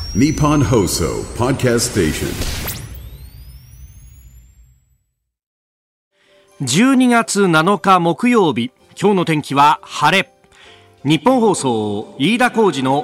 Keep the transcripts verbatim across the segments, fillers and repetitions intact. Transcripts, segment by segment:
Nippon Hoso Podcast Station。 じゅうにがつなのか木曜日、今日の天気は晴れ。日本放送飯田浩司の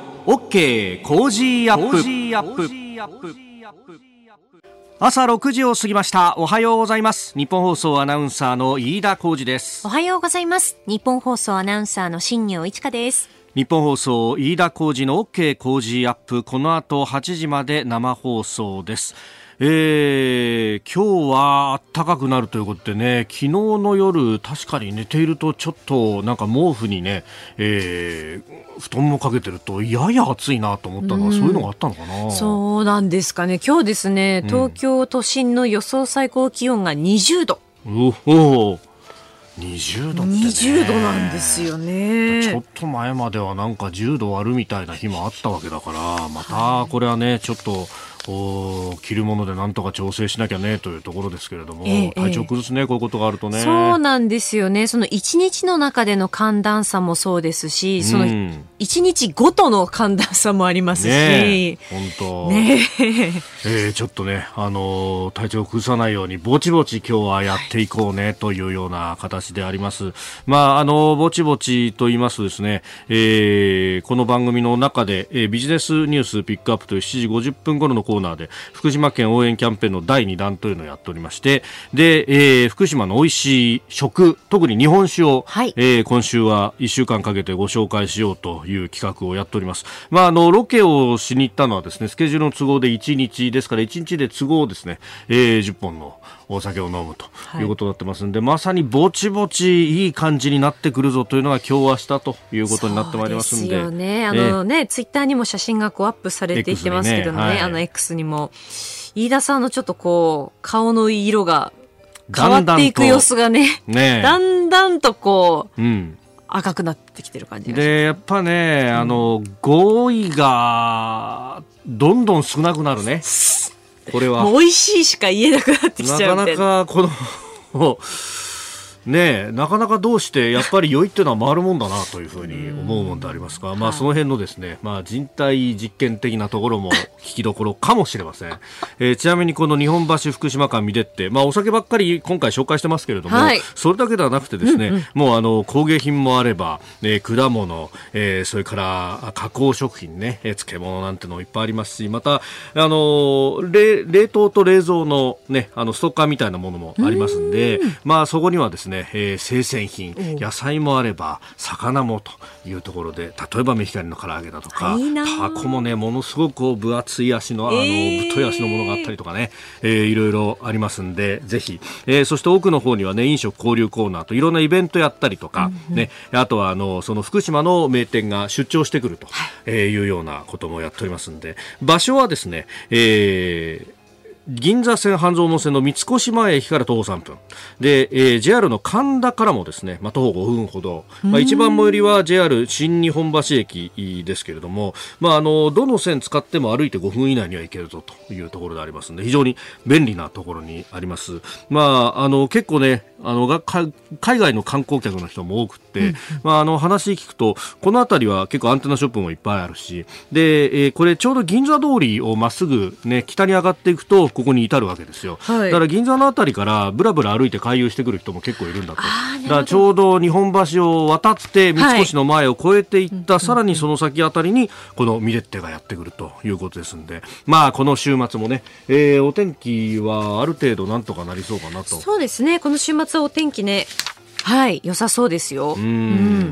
OK コージーアップ。朝ろくじを過ぎました。おはようございます。日本放送アナウンサーの飯田浩司です。 おはようございます。日本放送アナウンサーの新業一華です。 日本放送飯田浩司の OK コージーアップ、この後はちじまで生放送です。えー、今日は暖かくなるということでね、昨日の夜確かに寝ているとちょっとなんか毛布にね、えー、布団もかけてるとやや暑いなと思ったのは、そういうのがあったのかな。 そうなんですかね。今日ですね、東京都心の予想最高気温がにじゅうど、 うん、おおにじゅうどってね、 にじゅうどなんですよね。 ちょっと前まではなんかじゅうど割るみたいな日もあったわけだから、またこれはねちょっと着るものでなんとか調整しなきゃねというところですけれども、ええ、体調崩すね、こういうことがあるとね。 そうなんですよね。そのいちにちの中での寒暖差もそうですし、そのいちにちごとの寒暖差もありますし、 ね、本当、ねえー、ちょっとね、あのー、体調を崩さないようにぼちぼち今日はやっていこうねというような形であります。まあ、あのー、ぼちぼちと言いますとですね、えー、この番組の中で、えー、ビジネスニュースピックアップというしちじごじゅっぷん頃のコーナーで福島県応援キャンペーンのだいにだんというのをやっておりまして、で、えー、福島の美味しい食、特に日本酒を、はい、えー、今週はいっしゅうかんかけてご紹介しようという企画をやっております。まあ、あのロケをしに行ったのはですね、スケジュールの都合でいちにちですから、いちにちで都合ですね、えー、じゅっぽんのお酒を飲むということになってますんで、はい、まさにぼちぼちいい感じになってくるぞというのが今日明日ということになってまいりますんで。 そうですよね。あのね、えー、ツイッターにも写真がこうアップされていってますけどね、はい、あの X にも飯田さんのちょっとこう顔の色が変わっていく様子が ね, ねだんだんとこう、うん、赤くなってきてる感じがします。 でやっぱね、あの語彙がどんどん少なくなるね。これはもう美味しいしか言えなくなってきちゃうみたいな。 なかなかこのねえ、なかなかどうしてやっぱり酔いっていうのは回るもんだなというふうに思うもんでありますが、まあ、その辺のですね、まあ、人体実験的なところも聞きどころかもしれません。えー、ちなみにこの日本橋福島間見でって、まあ、お酒ばっかり今回紹介してますけれども、はい、それだけではなくてですね、うんうん、もうあの工芸品もあれば、えー、果物、えー、それから加工食品ね、えー、漬物なんてのもいっぱいありますし、また、あのー、冷, 冷凍と冷蔵の、ね、あのストッカーみたいなものもありますんで、んまあ、そこにはですね、えー、生鮮品、野菜もあれば魚もというところで、例えばメヒカリの唐揚げだとか、いいタコもね、ものすごくこう分厚い足の、あの、えー、太い足のものがあったりとかね、えー、いろいろありますんで、ぜひ、えー、そして奥の方にはね、飲食交流コーナーといろんなイベントやったりとか、うんうん、ね、あとはあのその福島の名店が出張してくると、えー、いうようなこともやっておりますんで、場所はですね、えー銀座線半蔵門線の三越前駅から徒歩さんぷんで、えー、ジェイアール の神田からもですね、まあ、徒歩ごふんほど、まあ、一番最寄りは ジェイアール 新日本橋駅ですけれども、まあ、あのどの線使っても歩いてごふん以内には行けるぞというところでありますので、非常に便利なところにあります。まあ、あの結構ね、あのが海外の観光客の人も多くて、うん、まあ、あの話聞くとこの辺りは結構アンテナショップもいっぱいあるし、で、えー、これちょうど銀座通りをまっすぐ、ね、北に上がっていくとここに至るわけですよ、はい、だから銀座のあたりからブラブラ歩いて回遊してくる人も結構いるんだと。だからちょうど日本橋を渡って三越の前を越えていった、はい、さらにその先あたりにこのミレッテがやってくるということですんで、まあこの週末もね、えー、お天気はある程度なんとかなりそうかなと。 そうですね、この週末はお天気ね、はい、良さそうですよ。 うーん、うん、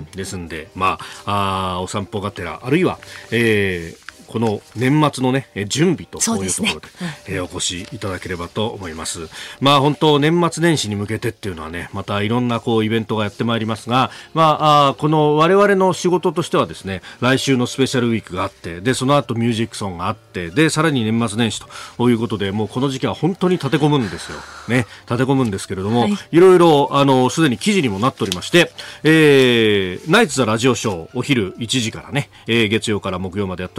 ですんで、まあ、あお散歩がてら、あるいは、えーこの年末の、ね、準備というところで、えー、お越しいただければと思います。まあ、本当年末年始に向けてっていうのはね、またいろんなこうイベントがやってまいりますが、まあ、あこの我々の仕事としてはですね、来週のスペシャルウィークがあって、でその後ミュージックソンがあって、でさらに年末年始ということで、もうこの時期は本当に立て込むんですよ、ね、立て込むんですけれども、はい、いろいろあのすでに記事にもなっておりまして、えー、ナイツザラジオショーお昼いちじからね、えー、月曜から木曜までやっておりますが、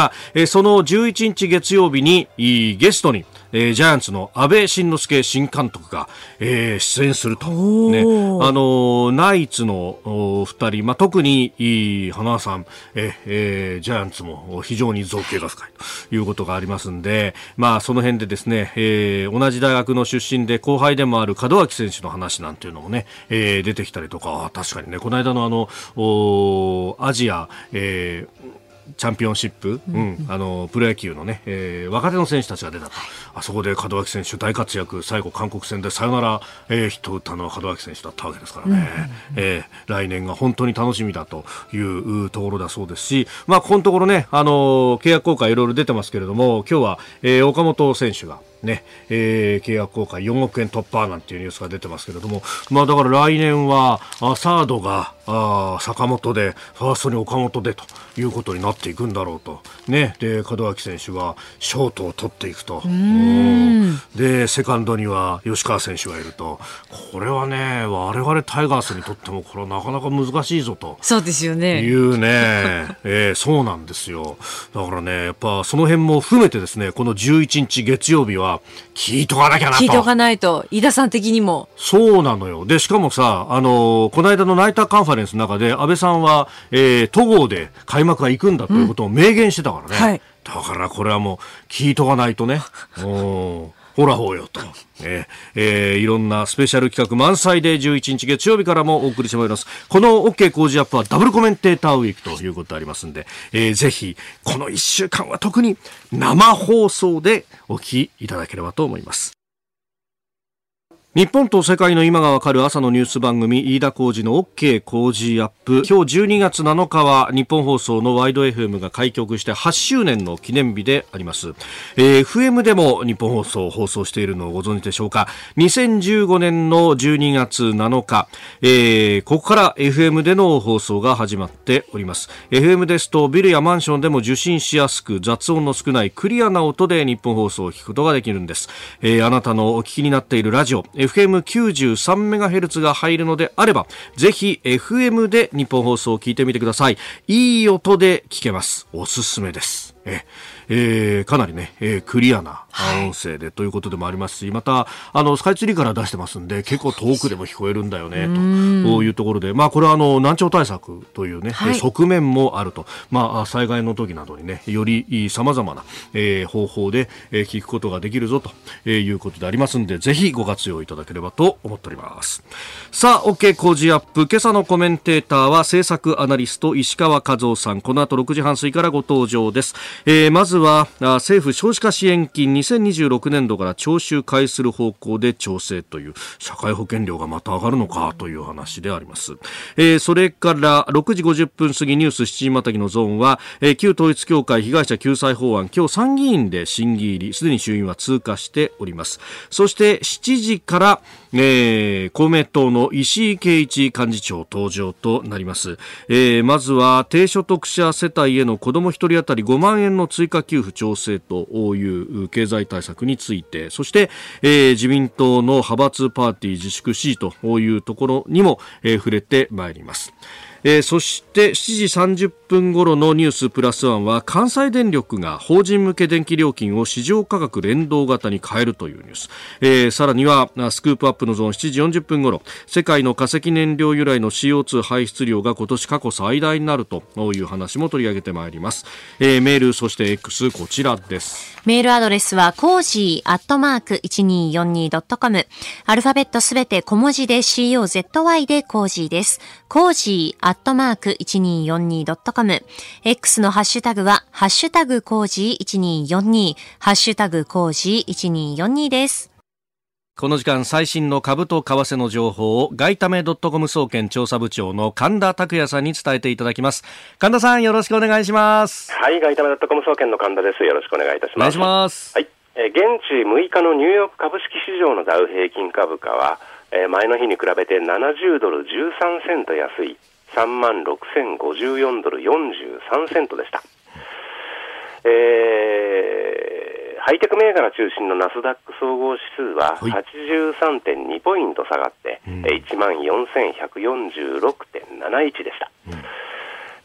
が、えー、そのじゅういちにち月曜日にゲストにえー、ジャイアンツの阿部慎之助新監督が、えー、出演すると、ね、あのー、ナイツのふたり、まあ、特に花輪さん、えーえー、ジャイアンツも非常に造形が深いということがありますんで、まあ、その辺でですね、えー、同じ大学の出身で後輩でもある門脇選手の話なんていうのもね、えー、出てきたりとか、確かにね、この間のあのアジア、えーチャンピオンシップ、うんうん、あのプロ野球のね、えー、若手の選手たちが出たと、はい、あそこで門脇選手大活躍、最後韓国戦でサヨナラ、えー、ヒットを打ったのは門脇選手だったわけですからね、うんうんうんえー、来年が本当に楽しみだというところだそうですし、まあ、このところね、あの契約更改いろいろ出てますけれども、今日は、えー、岡本選手がねえー、契約更改よんおくえん突破なんていうニュースが出てますけれども、まあ、だから来年はあサードがあ坂本でファーストに岡本でということになっていくんだろうと、ね、で門脇選手がショートを取っていくと、うんでセカンドには吉川選手がいると、これはね我々タイガースにとってもこれはなかなか難しいぞとそうですよねいうね、えー、そうなんですよ。だからねやっぱその辺も含めてですね、このじゅういちにち月曜日は聞いとかなきゃなと。 聞いとかないと、飯田さん的にも。 そうなのよ。で、しかもさ、あのー、この間のナイターカンファレンスの中で、安倍さんは、えー、戸郷で開幕が行くんだということを明言してたからね。うんはい、だからこれはもう、聞いとかないとね。おほらほうよと、えーえー、いろんなスペシャル企画満載でじゅういちにち月曜日からもお送りしてまいります。この OK 工事アップはダブルコメンテーターウィークということでありますんで、えー、ぜひこのいっしゅうかんは特に生放送でお聞きいただければと思います。日本と世界の今がわかる朝のニュース番組、飯田浩司の OK 工事アップ。今日じゅうにがつなのかは日本放送のワイド エフエム が開局してはちしゅうねんの記念日であります。えー、エフエム でも日本放送を放送しているのをご存知でしょうか。にせんじゅうごねんのじゅうにがつなのか、えー、ここから エフエム での放送が始まっております。エフエム ですとビルやマンションでも受信しやすく、雑音の少ないクリアな音で日本放送を聞くことができるんです。えー、あなたのお聞きになっているラジオエフエムきゅうじゅうさんメガヘルツ が入るのであれば、ぜひ エフエム で日本放送を聞いてみてください。いい音で聞けます。おすすめです。ええー、かなりね、えー、クリアな音声でということでもありますし、またあのスカイツリーから出してますんで結構遠くでも聞こえるんだよねというところで、まあこれはあの難聴対策というね、はい、側面もあると、まあ災害の時などにねより様々な、えー、方法で、えー、聞くことができるぞということでありますんで、ぜひご活用いただければと思っております。さあ OK 工事アップ、今朝のコメンテーターは政策アナリスト石川和夫さん、この後ろくじはん過ぎからご登場です。えー、まずは政府少子化支援金にせんにじゅうろくねんどから徴収開始する方向で調整という、社会保険料がまた上がるのかという話であります。えー、それからろくじごじゅっぷん過ぎニュースしちじまたぎのゾーンは、えー、旧統一教会被害者救済法案、今日参議院で審議入り、すでに衆院は通過しております。そしてしちじから、えー、公明党の石井啓一幹事長登場となります。えー、まずは低所得者世帯への子どもひとり当たりごまんえんの追加給付調整という経済対策について、そして、えー、自民党の派閥パーティー自粛支持というところにも、えー、触れてまいります。えー、そしてしちじさんじゅっぷん頃のニュースプラスワンは、関西電力が法人向け電気料金を市場価格連動型に変えるというニュース、えー、さらにはスクープアップのゾーンしちじよんじゅっぷん頃、世界の化石燃料由来の シーオーツー 排出量が今年過去最大になるという話も取り上げてまいります。えー、メール、そして X、 こちらです。 メールアドレスはコージーアットマーク いちにーよんにードットコム、 アルファベットすべて小文字で シーオーゼットワイ でコージーです。コージーアットマーク いちにーよんにードットコム、 X のハッシュタグはハッシュタグコージーいちにーよんにー、ハッシュタグコージーいちにーよんにーです。 この時間最新の株と為替の情報を外為 .com 総研調査部長の神田拓也さんに伝えていただきます。神田さん、よろしくお願いします。 はい、外為 .com 総研の神田です。よろしくお願いいたします。 お願いします。 はい、えー、現地むいかのニューヨーク株式市場のダウ平均株価は、えー、前の日に比べてななじゅうドルじゅうさんセント安い さんまんろくせんごじゅうよんドルよんじゅうさんセントでした。えーハイテク銘柄中心のナスダック総合指数は はちじゅうさんてんに ポイント下がって、うん、いちまんよんせんひゃくよんじゅうろくてんなないちでした。うん、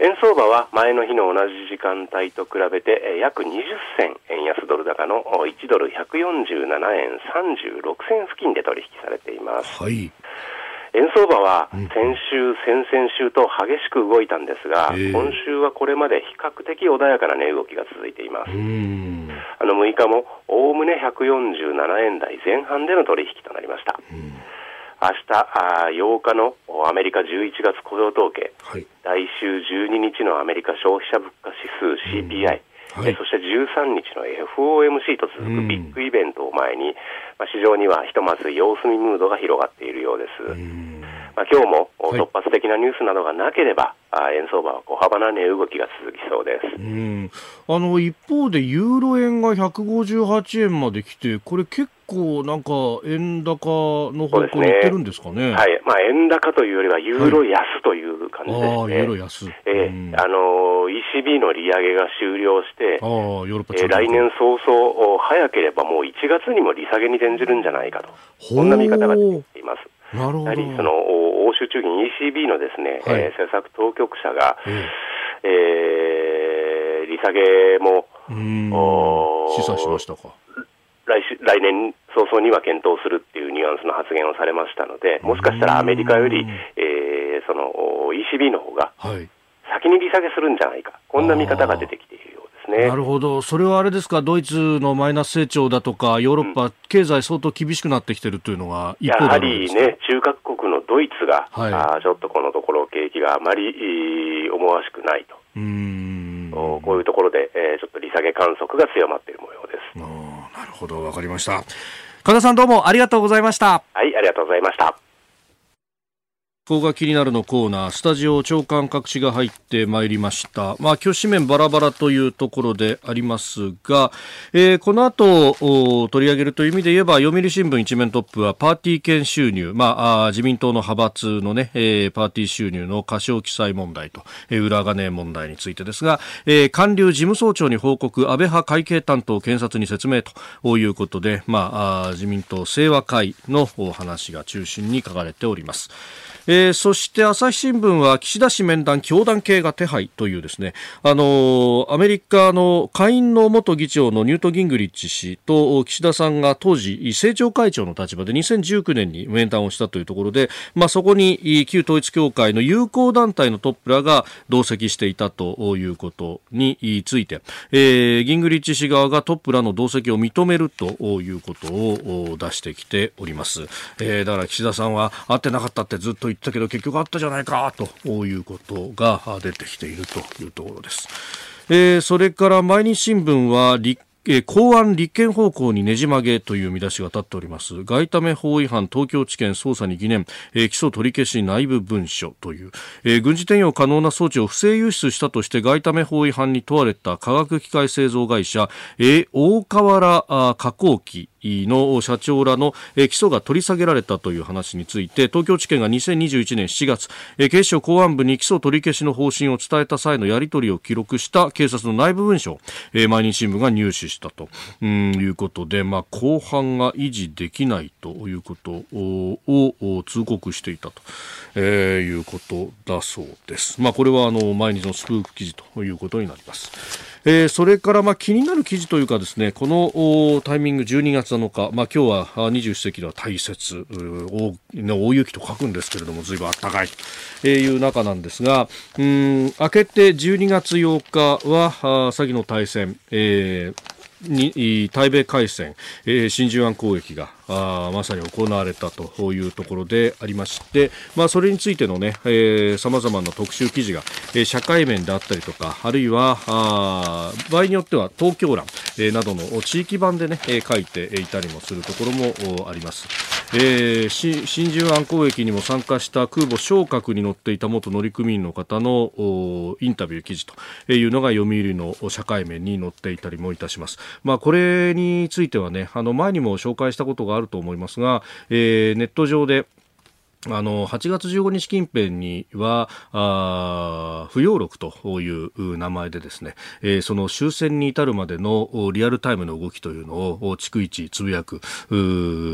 円相場は前の日の同じ時間帯と比べて約にじゅっせん円安ドル高のいちドルひゃくよんじゅうななえんさんじゅうろくせん付近で取引されています。 はい、 円相場は先週、先々週と激しく動いたんですが、今週はこれまで比較的穏やかな値動きが続いています。うーんあのむいかもおおむねひゃくよんじゅうななえん台前半での取引となりました。明日あようかのアメリカじゅういちがつ雇用統計、はい、来週じゅうににちのアメリカ消費者物価指数 シーピーアイ、はい、そしてじゅうさんにちの エフオーエムシー と続くビッグイベントを前に、まあ、市場にはひとまず様子見ムードが広がっているようです。まあ、今日も突発的なニュースなどがなければ、はい、円相場は小幅な値動きが続きそうです。 うんあの一方でユーロ円がひゃくごじゅうはちえんまで来て、これ結構なんか円高の方向にいってるんですかね。 はい、まあ、円高というよりはユーロ安という感じですね。はい、あユーロ安、えー、あの イーシービー の利上げが終了して、あヨーロッパえー、来年早々早ければもういちがつにも利下げに転じるんじゃないかと、こんな見方が出てきています。 なるほど。 やはりその欧州中銀 イーシービー のですね、はい、えー、政策当局者が、えーえー、利下げも示唆しましたか。 来, 来年早々には検討するっていうニュアンスの発言をされましたので、もしかしたらアメリカより、えー、その イーシービー の方が先に利下げするんじゃないか、こんな見方が出てきているようですね。 なるほど。それはあれですか、ドイツのマイナス成長だとかヨーロッパ経済相当厳しくなってきてるというのが一方であるんですか。 やはりね、中核国のドイツが、はい、あちょっとこのところ景気があまり思わしくないと、うーんこういうところで、えー、ちょっと利下げ観測が強まっている模様です。 あなるほど、わかりました。神田さん、どうもありがとうございました。 はい、ありがとうございました。 ここが気になるのコーナー、スタジオ長官各紙が入ってまいりました。まあ今日紙面バラバラというところでありますが、えー、この後取り上げるという意味で言えば、読売新聞一面トップはパーティー券収入、まあ、あ自民党の派閥のね、えー、パーティー収入の過少記載問題と、えー、裏金問題についてですが、えー、官僚事務総長に報告、安倍派会計担当検察に説明ということで、まあ、あ自民党清和会の話が中心に書かれております。えー、そして朝日新聞は岸田氏面談教団系が手配というですね、あのー、アメリカの下院の元議長のニュート・ギングリッチ氏と岸田さんが当時政調会長の立場でにせんじゅうきゅうねんに面談をしたというところで、まあ、そこに旧統一教会の友好団体のトップらが同席していたということについて、えー、ギングリッチ氏側がトップらの同席を認めるということを出してきております。えー、だから岸田さんは会ってなかったってずっと言ったけど結局あったじゃないかということが出てきているというところです。えー、それから毎日新聞は立えー、公安立件方向にねじ曲げという見出しが立っております。外為法違反東京地検捜査に疑念、えー、起訴取り消し内部文書という、えー、軍事転用可能な装置を不正輸出したとして外為法違反に問われた化学機械製造会社、えー、大河原加工機の社長らの起訴が取り下げられたという話について、東京地検がにせんにじゅういちねんしちがつ、警視庁公安部に起訴取り消しの方針を伝えた際のやり取りを記録した警察の内部文書を毎日新聞が入手したということで、まあ、公判が維持できないということを通告していたということだそうです。まあ、これはあの毎日のスクープ記事ということになります。えー、それからまあ気になる記事というかですね、このタイミングじゅうにがつなのか、まあ、今日は二十四節気の大雪、大, 大雪と書くんですけれども、ずいぶん暖かいという中なんですが、うーん明けてじゅうにがつようかは先の大戦、えーに対米海戦、えー、真珠湾攻撃があまさに行われたというところでありまして、まあ、それについてのね、えー、様々な特集記事が、えー、社会面であったりとか、あるいはあ場合によっては東京欄、えー、などの地域版でね、えー、書いていたりもするところもあります。えー、真珠湾攻撃にも参加した空母翔鶴に乗っていた元乗組員の方のインタビュー記事というのが読売の社会面に載っていたりもいたします。まあ、これについてはね、あの前にも紹介したことがあると思いますが、えー、ネット上であのはちがつじゅうごにち近辺にはあ不要録という名前でですね、えー、その終戦に至るまでのリアルタイムの動きというのを逐一つぶやく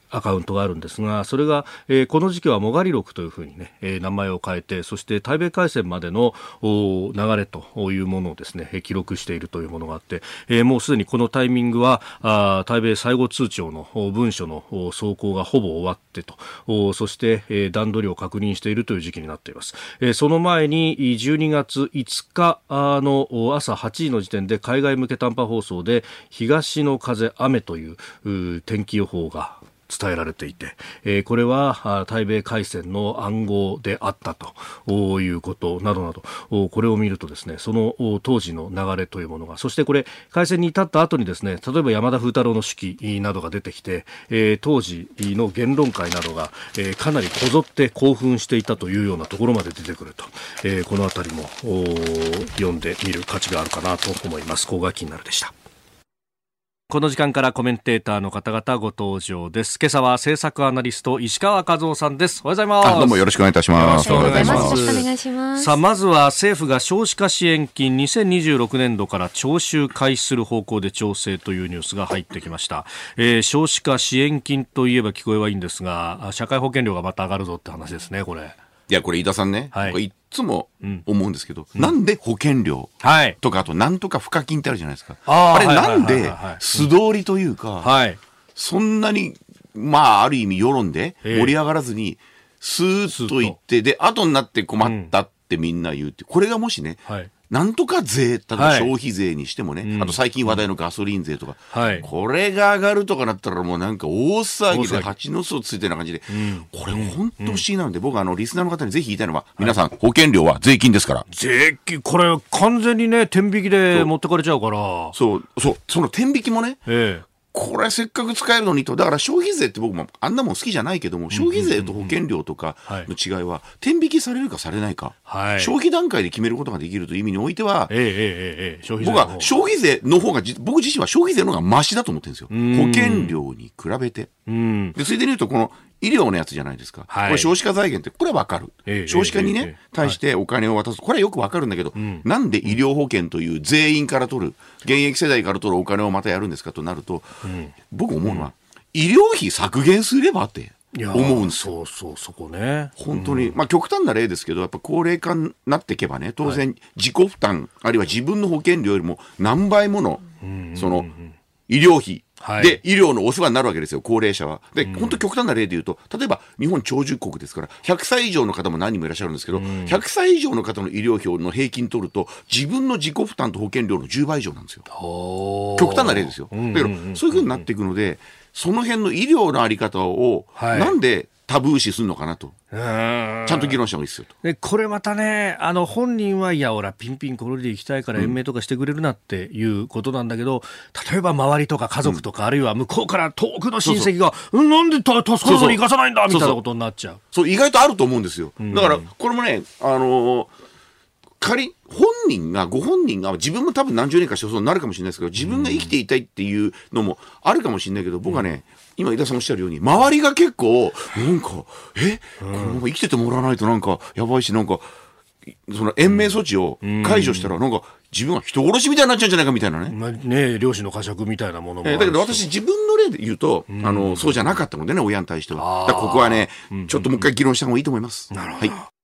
アカウントがあるんですが、それが、えー、この時期はもがり録というふうにね、えー、名前を変えて、そして対米開戦までの流れというものをですね、えー、記録しているというものがあって、えー、もうすでにこのタイミングはあ対米最後通帳の文書の走行がほぼ終わってと、そして、えー、段取りを確認しているという時期になっています。えー、その前にじゅうにがついつかの朝はちじの時点で海外向け短波放送で東の風雨という、う天気予報が伝えられていて、えー、これは対米開戦の暗号であったということなどなど、これを見るとですね、その当時の流れというものが、そしてこれ開戦に至った後にですね、例えば山田風太郎の手記などが出てきて、えー、当時の言論会などが、えー、かなりこぞって興奮していたというようなところまで出てくると、えー、このあたりも読んでみる価値があるかなと思います。ここが気になるでした。この時間からコメンテーターの方々ご登場です。今朝は政策アナリスト石川和夫さんです。おはようございます。 あ、どうもよろしくお願いいたします。 よろしくお願いします。よろしくお願いします。 さあ、まずは政府が少子化支援金にせんにじゅうろくねん度から徴収開始する方向で調整というニュースが入ってきました。えー、少子化支援金といえば聞こえはいいんですが、社会保険料がまた上がるぞって話ですね、これ。 いや、これ飯田さんね、 はい、 いつも思うんですけど、うん、なんで保険料とか、あとなんとか賦課金ってあるじゃないですか。あ, あれなんで素通りというか、はい、そんなに、まあある意味世論で盛り上がらずに、スーッといって、で、後になって困ったってみんな言うって、これがもしね、はい、なんとか税、例えば消費税にしてもね、はい、あと最近話題のガソリン税とか、はい、これが上がるとかなったらもうなんか大騒ぎで蜂の巣をついてるような感じで、うん、これ本当不思議なので、うん、僕はあのリスナーの方にぜひ言いたいのは、皆さん、はい、保険料は税金ですから。 税金、これ完全にね、天引きで持ってかれちゃうから。 そう、そう、その天引きもね、 ええ、 これせっかく使えるのにと。だから消費税って僕もあんなもん好きじゃないけども、消費税と保険料とかの違いは天引きされるかされないか、はい、消費段階で決めることができるという意味においては、えーえーえー、消費税僕は消費税の方が、僕自身は消費税の方がマシだと思ってるんですよ、保険料に比べて。うんでついでに言うと、この医療のやつじゃないですか、はい、これ少子化財源ってこれは分かる、えー、少子化にね、えーえー、対してお金を渡す、これはよく分かるんだけど、うん、なんで医療保険という全員から取る、現役世代から取るお金をまたやるんですかとなると、うん、僕思うのは、うん、医療費削減すればって思うんですよ。 そうそう、そこね。 本当に、うん、まあ極端な例ですけど、やっぱ高齢化になっていけばね、当然自己負担、はい、あるいは自分の保険料よりも何倍もの、うん、その医療費はい、で医療のお世話になるわけですよ、高齢者は。で、うん、本当極端な例で言うと、例えば日本長寿国ですから、ひゃくさい以上の方も何人もいらっしゃるんですけど、うん、ひゃくさい以上の方の医療費の平均取ると、自分の自己負担と保険料のじゅうばい以上なんですよ。極端な例ですよ。だけど、そういう風になっていくので、その辺の医療のあり方を、はい、なんでタブー視するのかなと。ちゃんと議論した方がいいですよと。 でこれまたね、あの本人はいや俺はピンピンコロリで行きたいから延命とかしてくれるなっていうことなんだけど、うん、例えば周りとか家族とか、うん、あるいは向こうから遠くの親戚がそうそう、なんで助かるのに行かさないんだみたいなことになっちゃう。 そうそうそう、意外とあると思うんですよ。だからこれもね、あのー、仮本人がご本人が自分も多分何十年かしてそうになるかもしれないですけど、自分が生きていたいっていうのもあるかもしれないけど、僕はね、うん、今井田さんおっしゃるように周りが結構なんかえ、うん、このまま生きててもらわないとなんかやばいし、なんかその延命措置を解除したらなんか自分は人殺しみたいになっちゃうんじゃないかみたいなね、 まあ、ね、両親の呵責みたいなものもあるし、 えー、だけど私自分の例で言うと、うん、あのそうじゃなかったのでね、親に対しては。だからここはね、うん、ちょっともう一回議論した方がいいと思います。 なるほど、 はい、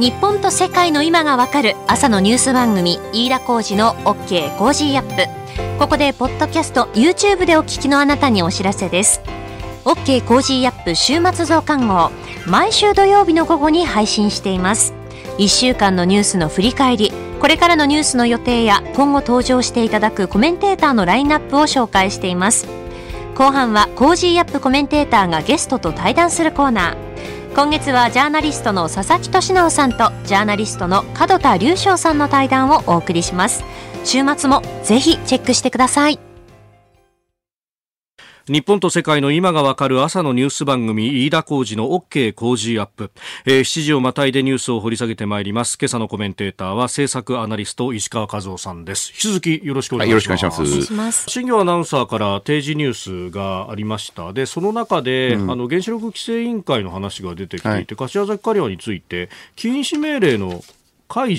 日本と世界の今がわかる朝のニュース番組、飯田浩司の OK コージーアップ。ここでポッドキャスト YouTube でお聞きのあなたにお知らせです。 OK コージーアップ週末増刊号、毎週土曜日の午後に配信しています。いっしゅうかんのニュースの振り返り、これからのニュースの予定や今後登場していただくコメンテーターのラインナップを紹介しています。後半はコージーアップコメンテーターがゲストと対談するコーナー。今月はジャーナリストの佐々木俊直さんとジャーナリストの門田隆翔さんの対談をお送りします。週末もぜひチェックしてください。 日本と世界の今がわかる朝のニュース番組、飯田浩司の OK 工事アップ、えー、しちじをまたいでニュースを掘り下げてまいります。今朝のコメンテーターは政策アナリスト石川和夫さんです。引き続きよろしくお願いします。 はい、よろしくお願いします。 新業アナウンサーから定時ニュースがありました。でその中で、うん、あの原子力規制委員会の話が出てきていて、はい、柏崎刈羽について禁止命令の解除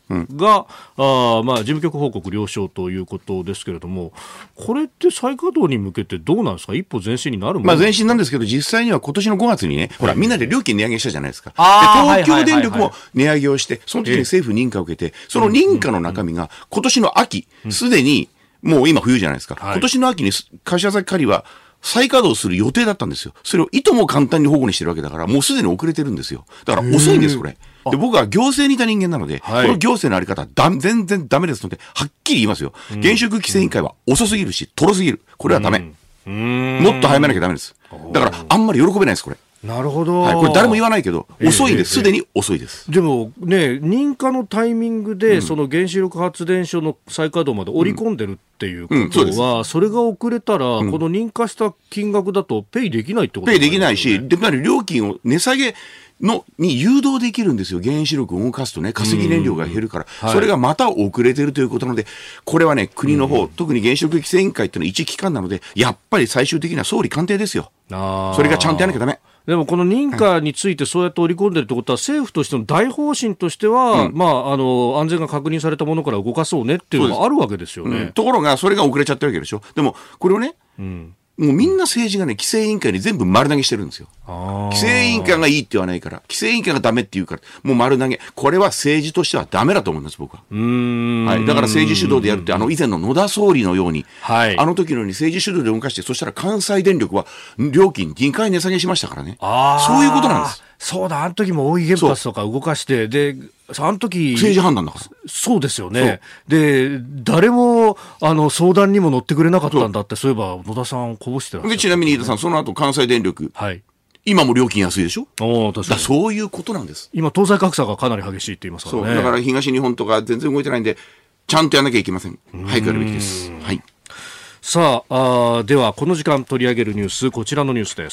が、うんあまあ、事務局報告了承ということですけれども、これって再稼働に向けてどうなんですか、一歩前進になるものまあ前進なんですけど、実際には今年のごがつにね、ほら、みんなで料金値上げしたじゃないですか。で東京電力も値上げをして、その時に政府認可を受けて、その認可の中身が今年の秋、すでに、もう今冬じゃないですか。今年の秋に柏崎刈羽再稼働する予定だったんですよ。それをいとも簡単に保護にしてるわけだから、もうすでに遅れてるんですよ。だから遅いんです、これ。で僕は行政にいた人間なので、はい、この行政のあり方はだ全然ダメですので、はっきり言いますよ。原子力規制委員会は遅すぎるし、とろすぎる。これはダメ。もっと早めなきゃダメです。だからあんまり喜べないです、これ。 なるほど、 はい、これ誰も言わないけど遅いです、すでに遅いです。 でもね、認可のタイミングで、うん、その原子力発電所の再稼働まで織り込んでるっていうことは、うんうん、そ, それが遅れたら、うん、この認可した金額だとペイできないってことですね。 ペイできないし、で料金を値下げのに誘導できるんですよ。原子力を動かすとね、稼ぎ燃料が減るから、はい、それがまた遅れてるということなので、これはね、国の方、特に原子力規制委員会っていうのは一機関なので、やっぱり最終的には総理官邸ですよ。あそれがちゃんとやらなきゃダメ。 でもこの認可についてそうやって織り込んでるってことは、政府としての大方針としては、うんまあ、あの安全が確認されたものから動かそうねっていうのがあるわけですよね。 うん、ところがそれが遅れちゃってるわけでしょ。でもこれをね、うんもうみんな政治がね、規制委員会に全部丸投げしてるんですよ。規制委員会がいいって言わないから、規制委員会がダメって言うから、もう丸投げ。これは政治としてはダメだと思います、僕は。うーんはい。だから政治主導でやるって、あの以前の野田総理のように、はい、あの時のように政治主導で動かして、そしたら関西電力は料金にかい値下げしましたからね。あそういうことなんです。 そうだ、あの時も大井原発とか動かして、で、あの時政治判断だから。 そうですよね。で、誰もあの相談にも乗ってくれなかったんだって、そういえば野田さんこぼしてらっしゃる、 でちなみに飯田さん、その後関西電力、はい、今も料金安いでしょ。お確かにだそういうことなんです。 今東西格差がかなり激しいって言いますからね。 そうだから東日本とか全然動いてないんで、ちゃんとやらなきゃいけません。早くやるべきです。はい。 さあ、あではこの時間取り上げるニュース、こちらのニュースです。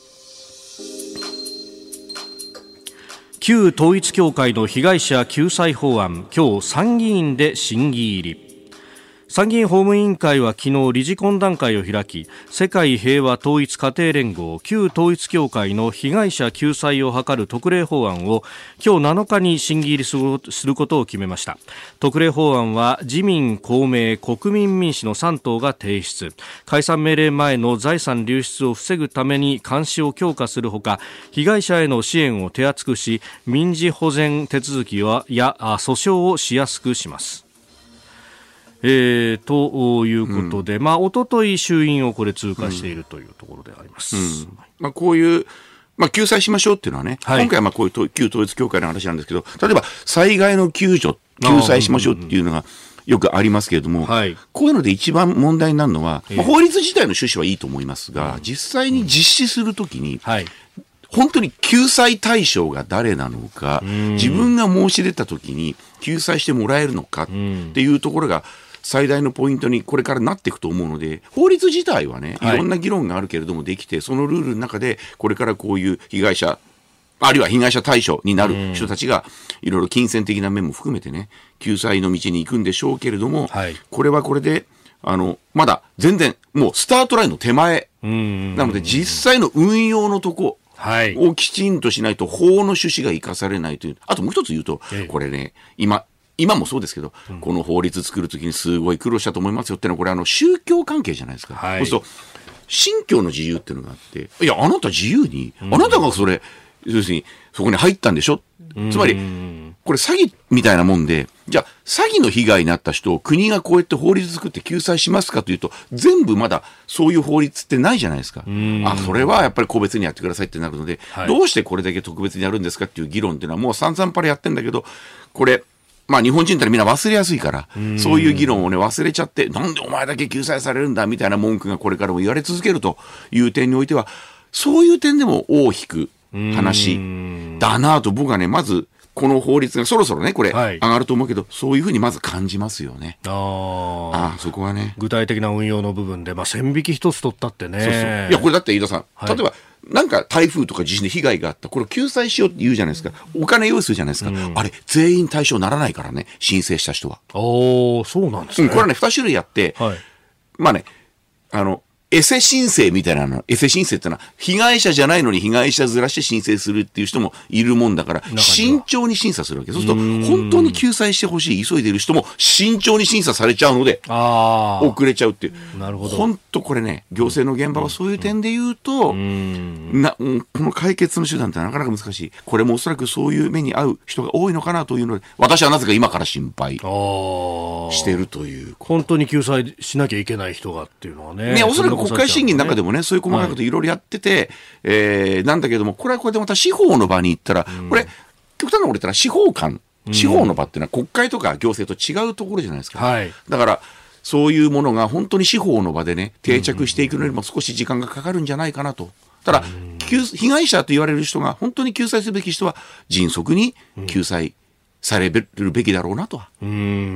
旧統一教会の被害者救済法案、今日参議院で審議入り。参議院法務委員会は昨日理事懇談会を開き、世界平和統一家庭連合旧統一教会の被害者救済を図る特例法案を今日なのかに審議入りすることを決めました。特例法案は自民、公明、国民民主のさん党が提出。解散命令前の財産流出を防ぐために監視を強化するほか、被害者への支援を手厚くし、民事保全手続きはや訴訟をしやすくします。えー、ということで、うん、まあ、おととい衆院をこれ通過しているというところであります。うんうんまあ、こういう、まあ、救済しましょうっていうのはね、はい、今回はまあこういう旧統一教会の話なんですけど、例えば災害の救助、救済しましょうっていうのがよくありますけれども、はい、こういうので一番問題になるのは、まあ、法律自体の趣旨はいいと思いますが、実際に実施するときに、はい本当に救済対象が誰なのか、自分が申し出たときに救済してもらえるのかっていうところが最大のポイントにこれからなっていくと思うので、法律自体はね、いろんな議論があるけれどもできて、そのルールの中でこれからこういう被害者、あるいは被害者対象になる人たちがいろいろ金銭的な面も含めてね、救済の道に行くんでしょうけれども、はい、これはこれであのまだ全然もうスタートラインの手前なので、実際の運用のとこはい、をきちんとしないと法の趣旨が生かされないという。あともう一つ言うと、ええ、これね今今もそうですけど、うん、この法律作るときにすごい苦労したと思いますよってのは、これあの宗教関係じゃないですか、はい、そうすると信教の自由っていうのがあって、いやあなた自由に、うん、あなたがそれ要するにそこに入ったんでしょ、うん、つまりこれ詐欺みたいなもんで、じゃあ詐欺の被害になった人を国がこうやって法律作って救済しますかというと、全部まだそういう法律ってないじゃないですか。あ、それはやっぱり個別にやってくださいってなるので、はい、どうしてこれだけ特別にやるんですかっていう議論っていうのはもう散々パラやってんだけど、これまあ日本人ってみんな忘れやすいから、そういう議論をね忘れちゃって、なんでお前だけ救済されるんだみたいな文句がこれからも言われ続けるという点においては、そういう点でも尾を引く話だなと僕はね、まずこの法律がそろそろねこれ上がると思うけど、はい、そういうふうにまず感じますよね。ああそこはね具体的な運用の部分で、まあ、線引き一つ取ったってね。そうそういやこれだって飯田さん、はい、例えばなんか台風とか地震で被害があった、これを救済しようって言うじゃないですか、お金用意するじゃないですか、うん、あれ全員対象ならないからね、申請した人は。 おそうなんですね、 うん、これはねに種類あって、はい、まあねあのエセ申請みたいなの、エセ申請ってのは、被害者じゃないのに被害者ずらして申請するっていう人もいるもんだから、慎重に審査するわけ。そうすると、本当に救済してほしい、急いでいる人も慎重に審査されちゃうので、遅れちゃうっていう。 なるほど。 本当これね、行政の現場はそういう点で言うと、なこの解決の手段ってなかなか難しい。これもおそらくそういう目に遭う人が多いのかなというので、私はなぜか今から心配してるという。 本当に救済しなきゃいけない人がっていうのはね。 ね、おそらく国会審議の中でもね、そういう細かいこといろいろやってて、はい、えー、なんだけども、これはこれでまた司法の場に行ったら、うん、これ、極端なこと言ったら司法官、司法の場っていうのは国会とか行政と違うところじゃないですか。はい、だから、そういうものが本当に司法の場でね、定着していくのにも少し時間がかかるんじゃないかなと。ただ、被害者と言われる人が、本当に救済すべき人は、迅速に救済されるべきだろうなとは、うん、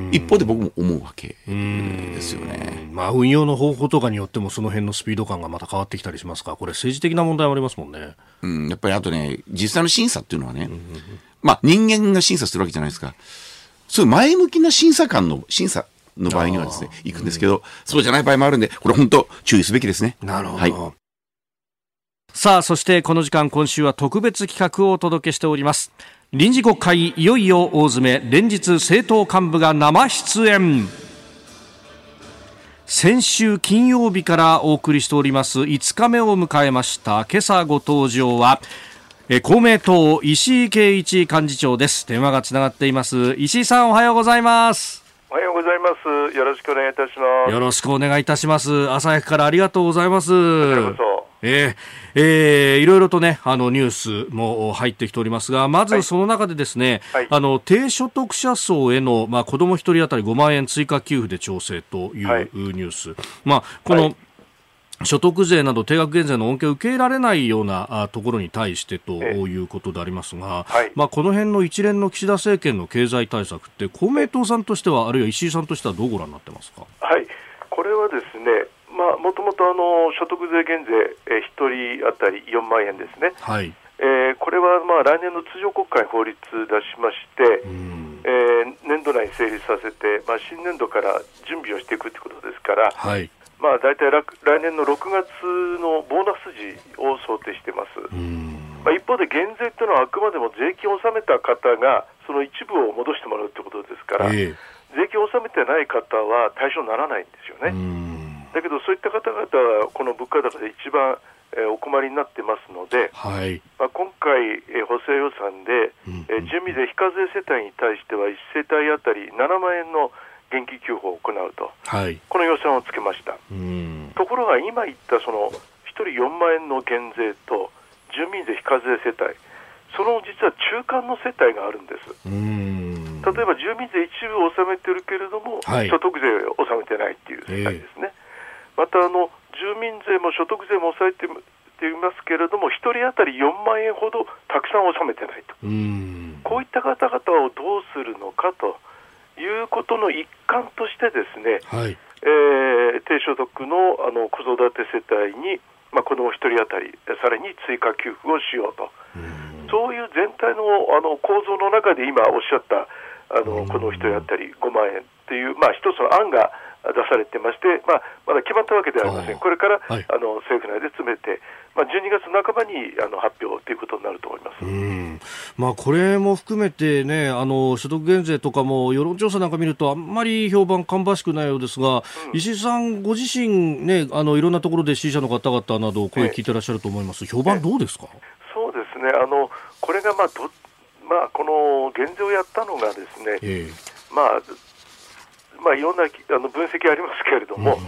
一方で僕も思うわけですよね。 まあ、運用の方法とかによってもその辺のスピード感がまた変わってきたりしますから、これ政治的な問題もありますもんね。 うん、やっぱりあとね、実際の審査っていうのはね、うんうんうん、まあ人間が審査するわけじゃないですか。そういう前向きな審査官の審査の場合にはですね、行くんですけど、うん、そうじゃない場合もあるんで、これ本当注意すべきですね。 なるほど。 はい。 さあ、そしてこの時間、今週は特別企画をお届けしております。臨時国会いよいよ大詰め、連日政党幹部が生出演。先週金曜日からお送りしておりますいつかめを迎えました。今朝ご登場はえ公明党石井啓一幹事長です。電話がつながっています。石井さん、おはようございます。 おはようございます。よろしくお願いいたします。 よろしくお願いいたします。朝早くからありがとうございます。 こちらこそ。 えーえー、いろいろとね、あのニュースも入ってきておりますが、まずその中でですね、はい、あの低所得者層への、まあ、子どもひとり当たりごまんえん追加給付で調整という、はい、ニュース、まあ、この、はい、所得税など定額減税の恩恵を受け入れられないようなところに対してということでありますが、はい、まあ、この辺の一連の岸田政権の経済対策って公明党さんとしては、あるいは石井さんとしてはどうご覧になってますか。 はい、これはですね、まあ、もともとあの所得税減税、えー、ひとり当たりよんまんえんですね。はい、えー、これはまあ来年の通常国会に法律出しまして、えー、年度内に成立させて、まあ、新年度から準備をしていくということですから、はい、まあ、大体来年のろくがつのボーナス時を想定しています。まあ、一方で減税というのはあくまでも税金を納めた方がその一部を戻してもらうということですから、えー、税金を納めてない方は対象にならないんですよね。だけどそういった方々はこの物価高で一番、えー、お困りになってますので、はい、まあ、今回、えー、補正予算で、うんうん、えー、住民税非課税世帯に対してはいち世帯あたりななまんえんの現金給付を行うと、はい、この予算をつけました。うん、ところが今言ったそのひとりよんまんえんの減税と住民税非課税世帯、その実は中間の世帯があるんです。うん、例えば住民税一部を納めてるけれども、はい、所得税を納めてないっていう世帯ですね。えーまたあの住民税も所得税も抑えていますけれども、ひとり当たりよんまんえんほどたくさん納めてないと。うーん、こういった方々をどうするのかということの一環としてですね、はい、えー、低所得 の, あの子育て世帯に、まあ、子どもひとり当たりさらに追加給付をしようと、うそういう全体 の, あの構造の中で今おっしゃったあの子どもひとり当たりごまんえんという、まあ、一つの案が出されてまして、まあ、まだ決まったわけではありません。これから、はい、あの政府内で詰めて、まあ、じゅうにがつなかばにあの発表ということになると思います。 うん、まあ、これも含めて、ね、あの所得減税とかも世論調査なんか見るとあんまり評判芳しくないようですが、うん、石井さんご自身、ね、あのいろんなところで支持者の方々など声聞いてらっしゃると思います。ええ、評判どうですか。ええ、 そうですね、あのこれが、まあどまあ、この減税をやったのがですね、ええ、まあまあ、いろんなあの分析ありますけれども、うん、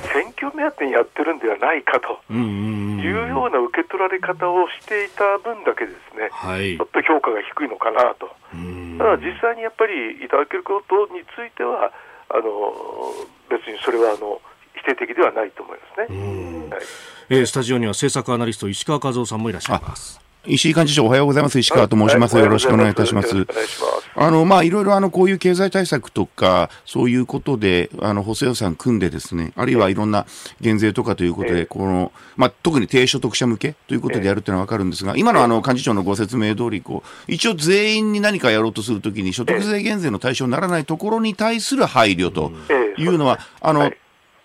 選挙目当てにやってるんではないかというような受け取られ方をしていた分だけですね、はい、ちょっと評価が低いのかなと。ただ実際にやっぱりいただけることについてはあの別にそれはあの否定的ではないと思いますね。はい、 えー、スタジオには政策アナリスト石川和夫さんもいらっしゃいます。 石井幹事長、おはようございます。石川と申します。よろしくお願いいたします。あの、まあ、いろいろあの、こういう経済対策とか、そういうことで、あの、補正予算組んでですね、あるいはいろんな減税とかということで、この、まあ、特に低所得者向けということでやるというのはわかるんですが、今のあの、幹事長のご説明通り、こう、一応全員に何かやろうとするときに、所得税減税の対象にならないところに対する配慮というのは、あの、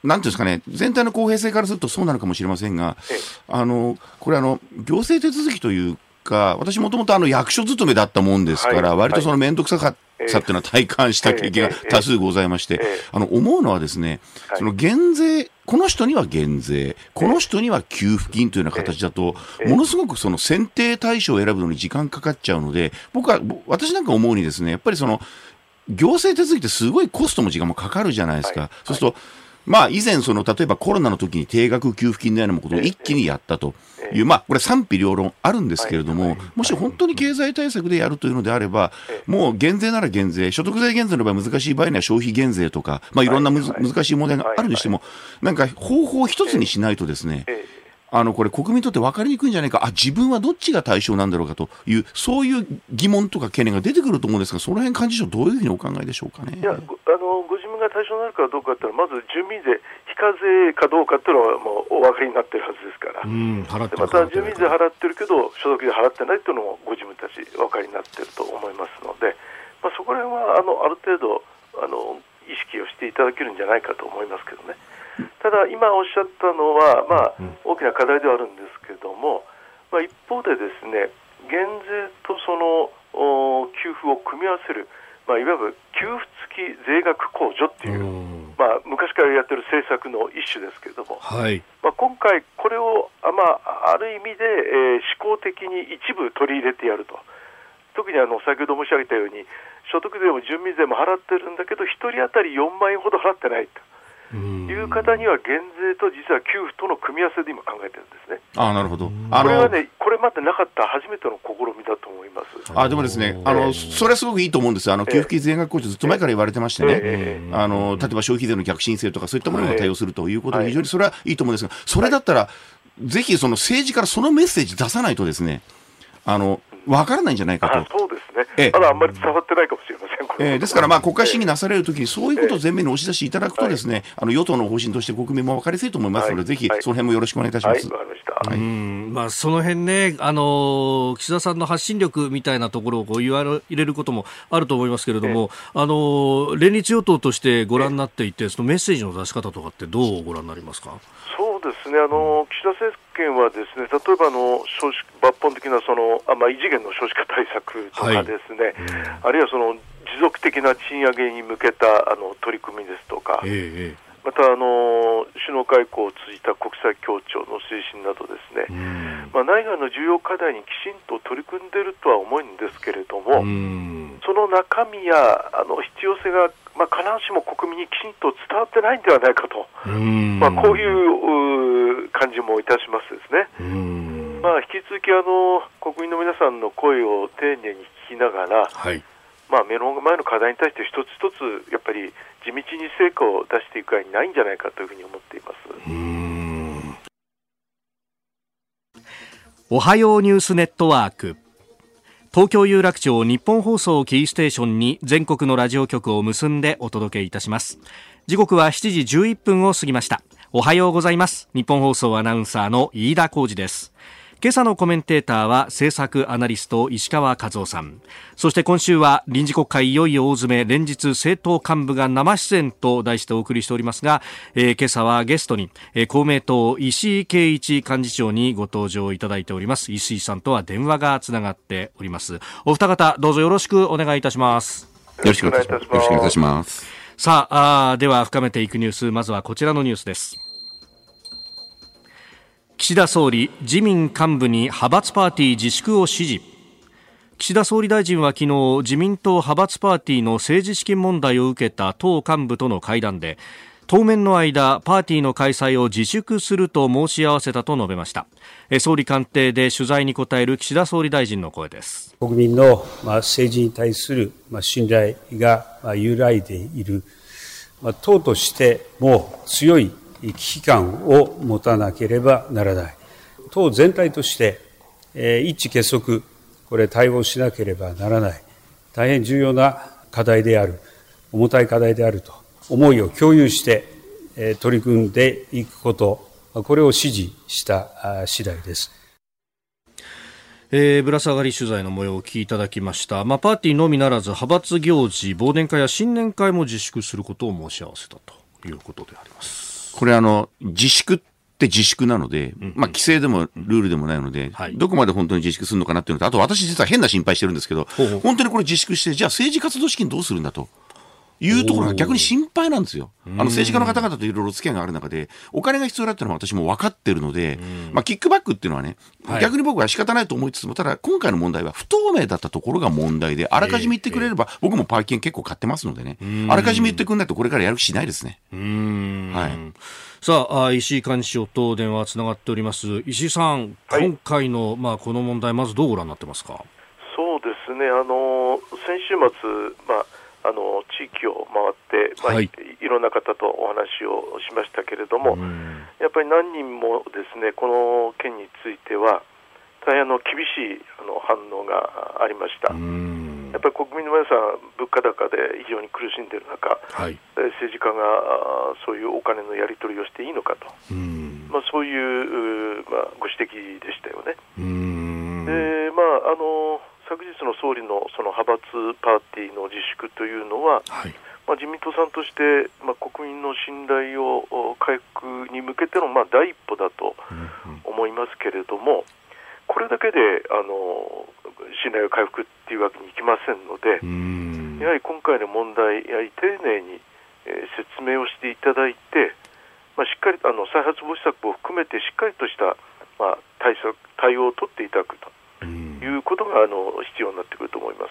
なんていうんですかね、全体の公平性からするとそうなのかもしれませんが、あのこれあの、行政手続きというか、私もともと役所勤めだったもんですから、はい、割とその面倒くさかさっていうのは体感した経験が多数ございまして、あの思うのはですね、その減税、この人には減税、この人には給付金というような形だと、ものすごくその選定対象を選ぶのに時間かかっちゃうので、僕は、私なんか思うにですね、やっぱりその行政手続きってすごいコストも時間もかかるじゃないですか。そうすると、まあ以前その例えばコロナの時に定額給付金のようなことを一気にやったという、まあこれ賛否両論あるんですけれども、もし本当に経済対策でやるというのであれば、もう減税なら減税、所得税減税の場合難しい場合には消費減税とか、まあいろんなむず難しい問題があるにしても、なんか方法を一つにしないとですね、あのこれ国民にとって分かりにくいんじゃないか、あ、自分はどっちが対象なんだろうかという、そういう疑問とか懸念が出てくると思うんですが、その辺幹事長どういうふうにお考えでしょうかね。 いや、ごあのご自分が対象になるかどうかというのは、まず住民税非課税かどうかというのはもうお分かりになっているはずですから、うん払ってるまた住民税払ってるけど所得税払ってないというのもご自分たちお分かりになっていると思いますので、まあ、そこら辺はあのある程度あの意識をしていただけるんじゃないかと思いますけどね。ただ今おっしゃったのは、まあ、大きな課題ではあるんですけども、まあ、一方でですね、減税とその給付を組み合わせる、まあ、いわゆる給付付き税額控除っていう、まあ、昔からやってる政策の一種ですけれども、はいまあ、今回これを、あ、まあ、ある意味で、えー、思考的に一部取り入れてやると。特にあの先ほど申し上げたように所得税も住民税も払ってるんだけどひとり当たりよんまんえんほど払ってないという方には減税と実は給付との組み合わせで今考えてるんですね。 あ、なるほど。 これはね、これまでなかった初めての試みだと思います。 あ、でもですね、あのそれはすごくいいと思うんですよ。あの給付金税額控除ずっと前から言われてましてね、えー、あの例えば消費税の逆申請とかそういったものにも対応するということで非常にそれはいいと思うんですが、それだったらぜひその政治からそのメッセージ出さないとですね、あの分からないんじゃないかと。 あ、そうですね。ええ、まだあんまり伝わってないかもしれません。 ええ、ですからまあ国会審議なされるときにそういうことを前面に押し出していただくとですね、ええ、あの与党の方針として国民も分かりやすいと思いますので、はい、ぜひその辺もよろしくお願いいたします。 はい、わかりました。 はい、うんまあ、その辺ね、あの岸田さんの発信力みたいなところをこう言われ入れることもあると思いますけれども、ええ、あの連立与党としてご覧になっていて、そのメッセージの出し方とかってどうご覧になりますか。 そうですね、あの岸田政権はですね、例えばあの少子抜本的なそのあ、まあ、異次元の少子化対策とかですね、はい、あるいはその持続的な賃上げに向けたあの取り組みですとか、ええ、またあの首脳外交を通じた国際協調の推進などですね、まあ、内外の重要課題にきちんと取り組んでいるとは思うんですけれども、その中身やあの必要性が、まあ、必ずしも国民にきちんと伝わってないんではないかと、まあ、こういう感じもいたしますですね。まあ、引き続きあの国民の皆さんの声を丁寧に聞きながら、はい、まあ、目の前の課題に対して一つ一つやっぱり地道に成果を出していく以外にないんじゃないかというふうに思っています。うーん、 おはようニュースネットワーク、東京有楽町日本放送キーステーションに全国のラジオ局を結んでお届けいたします。時刻はしちじじゅういっぷんを過ぎました。おはようございます。日本放送アナウンサーの飯田浩司です。今朝のコメンテーターは政策アナリスト石川和夫さん、そして今週は臨時国会いよいよ大詰め、連日政党幹部が生出演と題してお送りしておりますが、えー、今朝はゲストに、えー、公明党石井啓一幹事長にご登場いただいております。石井さんとは電話がつながっております。お二方どうぞよろしくお願いいたします。 よろしくお願いいたします。よろしくお願いいたします。 さあ、あでは深めていくニュース、まずはこちらのニュースです。岸田総理、自民幹部に派閥パーティー自粛を指示。岸田総理大臣は昨日、自民党派閥パーティーの政治資金問題を受けた党幹部との会談で、当面の間パーティーの開催を自粛すると申し合わせたと述べました。総理官邸で取材に答える岸田総理大臣の声です。 国民の政治に対する信頼が揺らいでいる、党としても強い危機感を持たなければならない。党全体として、えー、一致結束、これ対応しなければならない。大変重要な課題である、重たい課題であると、思いを共有して、えー、取り組んでいくこと、これを指示した次第です。 えー、ぶら下がり取材の模様をお聞きいただきました。まあ、パーティーのみならず派閥行事、忘年会や新年会も自粛することを申し合わせたということであります。 これあの自粛って自粛なので、うんうん、まあ、規制でもルールでもないので、はい、どこまで本当に自粛するのかなっていうのと、あと私実は変な心配してるんですけど、ほうほう、本当にこれ自粛して、じゃあ政治活動資金どうするんだというところが逆に心配なんですよ。あの政治家の方々といろいろ付き合いがある中で、お金が必要だっていうのは私も分かってるので、まあ、キックバックっていうのはね、はい、逆に僕は仕方ないと思いつつも、ただ今回の問題は不透明だったところが問題で、あらかじめ言ってくれれば、えー、僕もパーキン結構買ってますのでね、あらかじめ言ってくれないとこれからやる気しないですね。 うーん、はい、さあ、石井幹事長と電話つながっております。石井さん、はい、今回の、まあ、この問題、まずどうご覧になってますか。 そうですね、あの先週末、まああの地域を回って、まあ、はい、いろんな方とお話をしましたけれども、やっぱり何人もですね、この件については大変あの厳しいあの反応がありました。やっぱり国民の皆さん、物価高で非常に苦しんでいる中、はい、政治家がそういうお金のやり取りをしていいのかと、まあ、そういう、まあ、ご指摘でしたよね。で、まああの昨日の総理のその派閥パーティーの自粛というのは、はい、まあ、自民党さんとして、まあ、国民の信頼を回復に向けての、まあ、第一歩だと思いますけれども、これだけであの信頼を回復っていうわけにいきませんので、やはり今回の問題、やはり丁寧に、えー、説明をしていただいて、まあ、しっかりあの再発防止策を含めてしっかりとした、まあ、対策対応を取っていただくということがあの必要になってくると思います。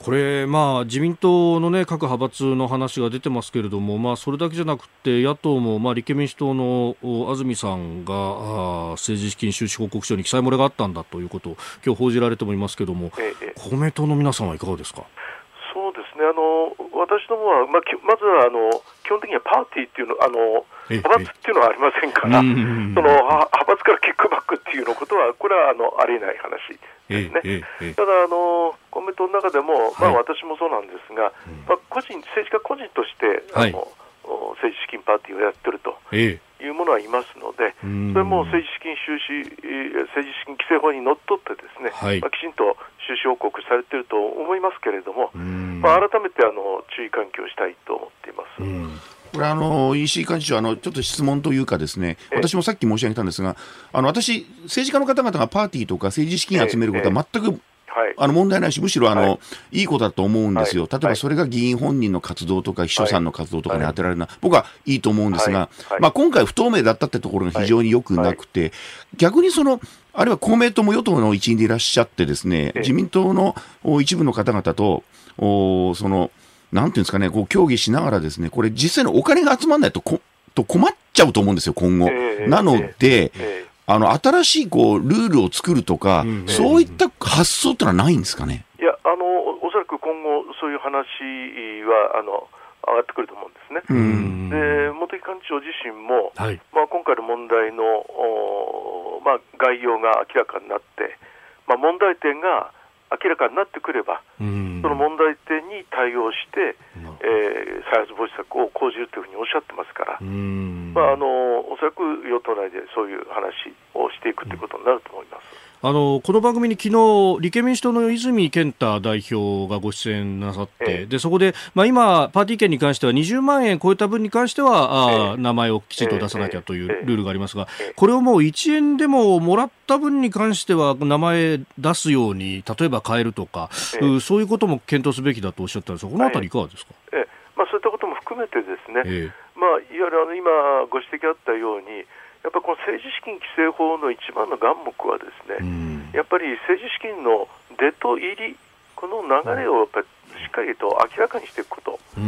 これ、まあ、自民党の、ね、各派閥の話が出てますけれども、まあ、それだけじゃなくて野党も、まあ、立憲民主党の安住さんがあ政治資金収支報告書に記載漏れがあったんだということを今日報じられてもいますけれども、ええ、公明党の皆さんはいかがですか。 そうですね、あの私どもは、まあ、まずはあの基本的にはパーティーっていうのあの派閥っていうのはありませんから、その派閥からキックバックっていうのことはこれはあのありえない話ですね。ただあの公明党の中でも、まあ、私もそうなんですが、まあ、個人政治家個人としてあの、はい、政治資金パーティーをやってるというものはいますので、それも政治資金収支政治資金規正法にのっとってですね、はい、まあ、きちんと収支報告されていると思いますけれども、まあ、改めてあの注意喚起をしたいと思っています。 これあの石井幹事長、あのちょっと質問というかですね、私もさっき申し上げたんですが、あの私政治家の方々がパーティーとか政治資金を集めることは全く、はい、あの問題ないし、むしろあの、はい、いいことだと思うんですよ。例えばそれが議員本人の活動とか秘書さんの活動とかに当てられるのは、はい、僕はいいと思うんですが、はいはい、まあ、今回不透明だったってところが非常によくなくて、はいはい、逆にそのあるいは公明党も与党の一員でいらっしゃってですね、自民党の一部の方々とおそのなんていうんですかね、こう協議しながらですね、これ実際のお金が集まらないとこ、と困っちゃうと思うんですよ、今後。えー、なので、えー、あの新しいこうルールを作るとか、うん、そういった発想ってのはないんですかね。 いや、あのおそらく今後そういう話はあの上がってくると思うんですね。うん、で茂木幹事長自身も、はい、まあ、今回の問題の、まあ、概要が明らかになって、まあ、問題点が明らかになってくれば、その問題点に対応して、えー、再発防止策を講じるというふうにおっしゃってますから、まあ、あのおそらく与党内でそういう話をしていくということになると思います。 あのこの番組に昨日立憲民主党の泉健太代表がご出演なさって、ええ、でそこで、まあ、今パーティー券に関してはにじゅうまんえん超えた分に関しては、あ、え、名前をきちんと出さなきゃというルールがありますが、これをもういちえんでももらった分に関しては名前出すように例えば変えるとか、そういうことも検討すべきだとおっしゃったんですが、このあたりいかがですか。 ええ、まあ、そういったことも含めてですね、ええ、まあ、いわゆるあの今ご指摘あったように、やっぱりこの政治資金規正法の一番の眼目はですね、うん、やっぱり政治資金の出と入り、この流れをやっぱりしっかりと明らかにしていくこと、うん、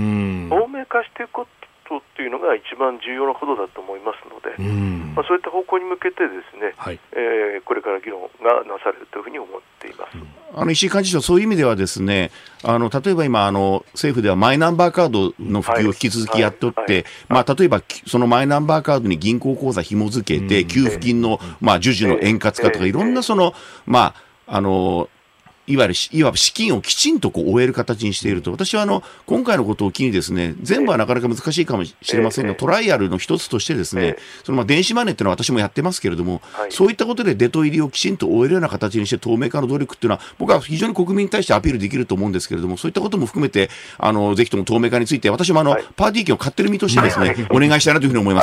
透明化していくことっていうのが一番重要なことだと思いますので、うん、まあ、そういった方向に向けてですね、はい、えー、これから議論がなされるというふうに思っています。うん、 あの石井幹事長、そういう意味ではですね、あの例えば今あの政府ではマイナンバーカードの普及を引き続きやっておって、はいはい、まあ、例えばそのマイナンバーカードに銀行口座紐付けて、うん、給付金の、まあ、授受の円滑化とか、いろんなその、まあ、あのいわゆるいわば資金をきちんとこう終える形にしていると、私はあの今回のことを機にですね、全部はなかなか難しいかもしれませんが、トライアルの一つとしてですね、そのまあ電子マネーっていうのは私もやってますけれども、そういったことで出と入りをきちんと終えるような形にして透明化の努力っていうのは、僕は非常に国民に対してアピールできると思うんですけれども、そういったことも含めてあのぜひとも透明化について、私もあのパーティー券を買ってる身としてですね、お願いしたいなというふうに思います。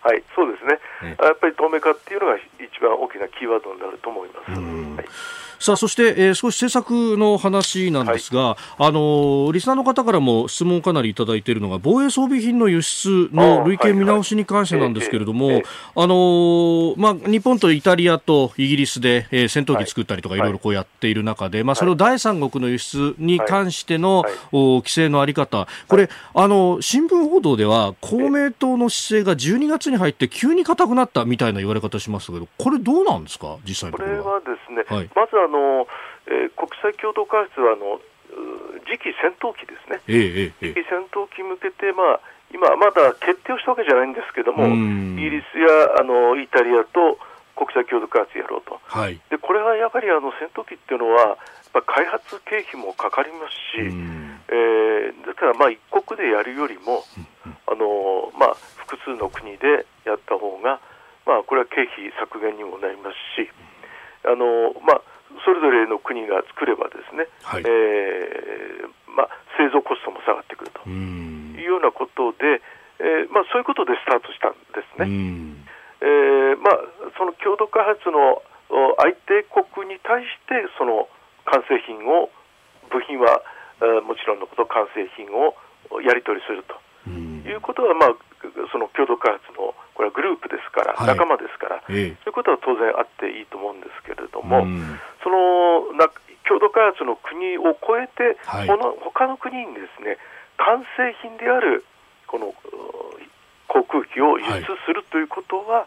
はい、そうですね、やっぱり透明化っていうのが一番大きなキーワードになると思います。はい、 さあそして、えー、少し政策の話なんですが、はい、あのー、リスナーの方からも質問をかなりいただいているのが防衛装備品の輸出の累計見直しに関してなんですけれども、あのーまあ、日本とイタリアとイギリスで、えー、戦闘機作ったりとかいろいろこうやっている中で、まあ、それを第三国の輸出に関しての、はいはい、規制のあり方、これ、あの新聞報道では公明党の姿勢がじゅうにがつに入って急に硬くなったみたいな言われ方しますけど、これどうなんですか、実際のところは。 これはですね、はい、まずあの、えー、国際共同開発はあの次期戦闘機ですね、ええええ、次期戦闘機向けて、まあ、今まだ決定をしたわけじゃないんですけども、イギリスやあのイタリアと国際共同開発やろうと、はい、でこれはやはりあの戦闘機っていうのはやっぱ開発経費もかかりますし、えー、だからまあ一国でやるよりも、あのまあ、複数の国でやった方が、まあ、これは経費削減にもなりますし、あのまあそれぞれの国が作ればですね、はい、えーまあ、製造コストも下がってくるというようなことで、えーまあ、そういうことでスタートしたんですね。えーまあ、その共同開発の相手国に対してその完成品を部品は、えー、もちろんのこと完成品をやり取りするということは、まあ、その共同開発のこれはグループですから、はい、仲間ですから、ええ、そういうことは当然あっていいと思うんですけれども、そのな共同開発の国を超えて、はい、この他の国にですね完成品であるこの航空機を輸出するということは、はい、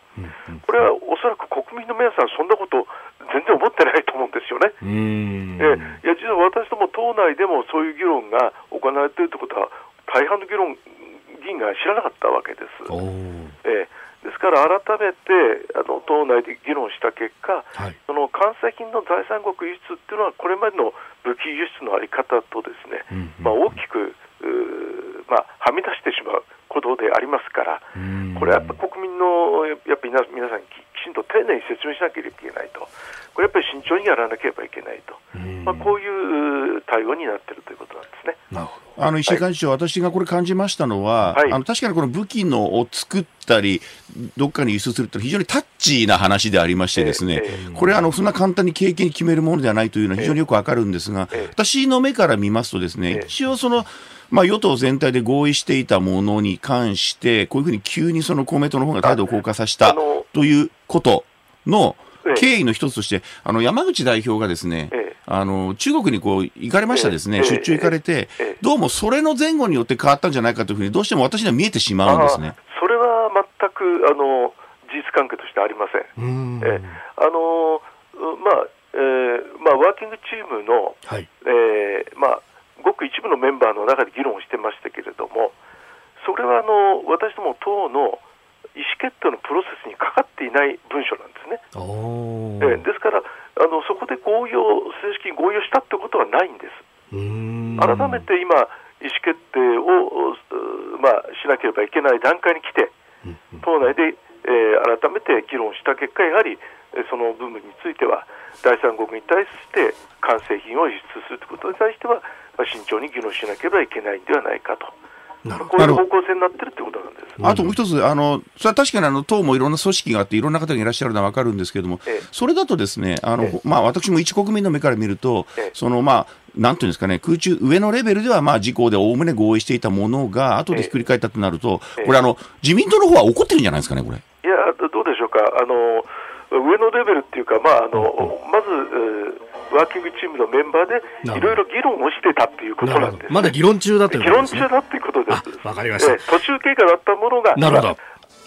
これはおそらく国民の皆さんそんなこと全然思ってないと思うんですよね。うーんえいや実は私ども党内でもそういう議論が行われているということは大半の議論議員が知らなかったわけです。えですから改めてあの党内で議論した結果、はい、その完成品の第三国輸出っていうのはこれまでの武器輸出のあり方とですね、うんうんまあ、大きくまあ、はみ出してしまうことでありますから、これはやっぱ国民のやっぱり皆さんにきちんと丁寧に説明しなければいけないと、これやっぱり慎重にやらなければいけないと、まあ、こういう対応になっているということなんですね。 なるほど。あの石井幹事長、はい、私がこれ感じましたのは、はい、あの確かにこの武器のを作ったりどっかに輸出するというのは非常にタッチーな話でありましてですね、えーえー、これはあのそんな簡単に経験に決めるものではないというのは非常によくわかるんですが、えー、私の目から見ますとですね、えー、一応そのまあ、与党全体で合意していたものに関してこういうふうに急にその公明党の方が態度を硬化させたということの経緯の一つとして、あの山口代表がですね、あの中国にこう行かれましたですね、出張行かれて、どうもそれの前後によって変わったんじゃないかというふうにどうしても私には見えてしまうんですね。 それは全くあの事実関係としてありません。うんえあのまあえーまあ、ワーキングチームの、はいえーまあごく一部のメンバーの中で議論をしてましたけれども、それはあの私ども党の意思決定のプロセスにかかっていない文書なんですね。えですからあのそこで合意を正式に合意をしたってことはないんです。うーん改めて今意思決定を、まあ、しなければいけない段階に来て、党内で、えー、改めて議論した結果、やはりその部分については第三国に対して完成品を輸出するということに対しては慎重に議論しなければいけないんではないかと、こういう方向性になっているということなんです。 あともう一つ、あのそれは確かにあの党もいろんな組織があっていろんな方がいらっしゃるのは分かるんですけれども、ええ、それだとですね、あの、ええまあ、私も一国民の目から見ると、ええ、そのまあなんていうんですかね、空中上のレベルではまあ自公でおおむね合意していたものが後でひっくり返ったとなると、ええ、これあの自民党の方は怒ってるんじゃないですかね、これ。 いやどうでしょうか、あの上のレベルっていうか、まああのまず、えー、ワーキングチームのメンバーでいろいろ議論をしてたっていうことなんです。 まだ議論中だということですね。 議論中だっていうことです。 わかりました、 えー、途中経過だったものが。 なるほど。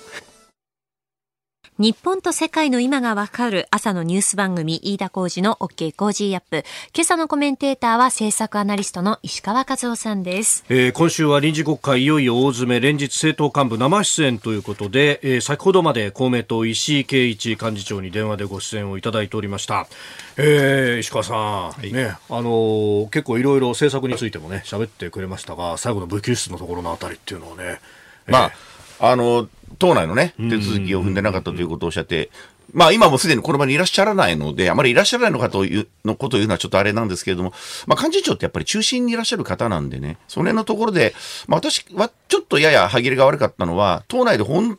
日本と世界の今がわかる朝のニュース番組飯田浩司の OK コージーアップ。今朝のコメンテーターは政策アナリストの石川和夫さんです。 えー、今週は臨時国会いよいよ大詰め、連日政党幹部生出演ということで、えー、先ほどまで公明党石井啓一幹事長に電話でご出演をいただいておりました。えー、石川さん、はいね、あのー、結構いろいろ政策についてもね喋ってくれましたが、最後の武器輸出のところのあたりっていうのをね、 まあ、えー、あの党内のね、手続きを踏んでなかったということをおっしゃって、まあ今もすでにこの場にいらっしゃらないので、あまりいらっしゃらないのかというのことを言うのはちょっとあれなんですけれども、まあ幹事長ってやっぱり中心にいらっしゃる方なんでね、その辺のところで、まあ私はちょっとやや歯切れが悪かったのは、党内で本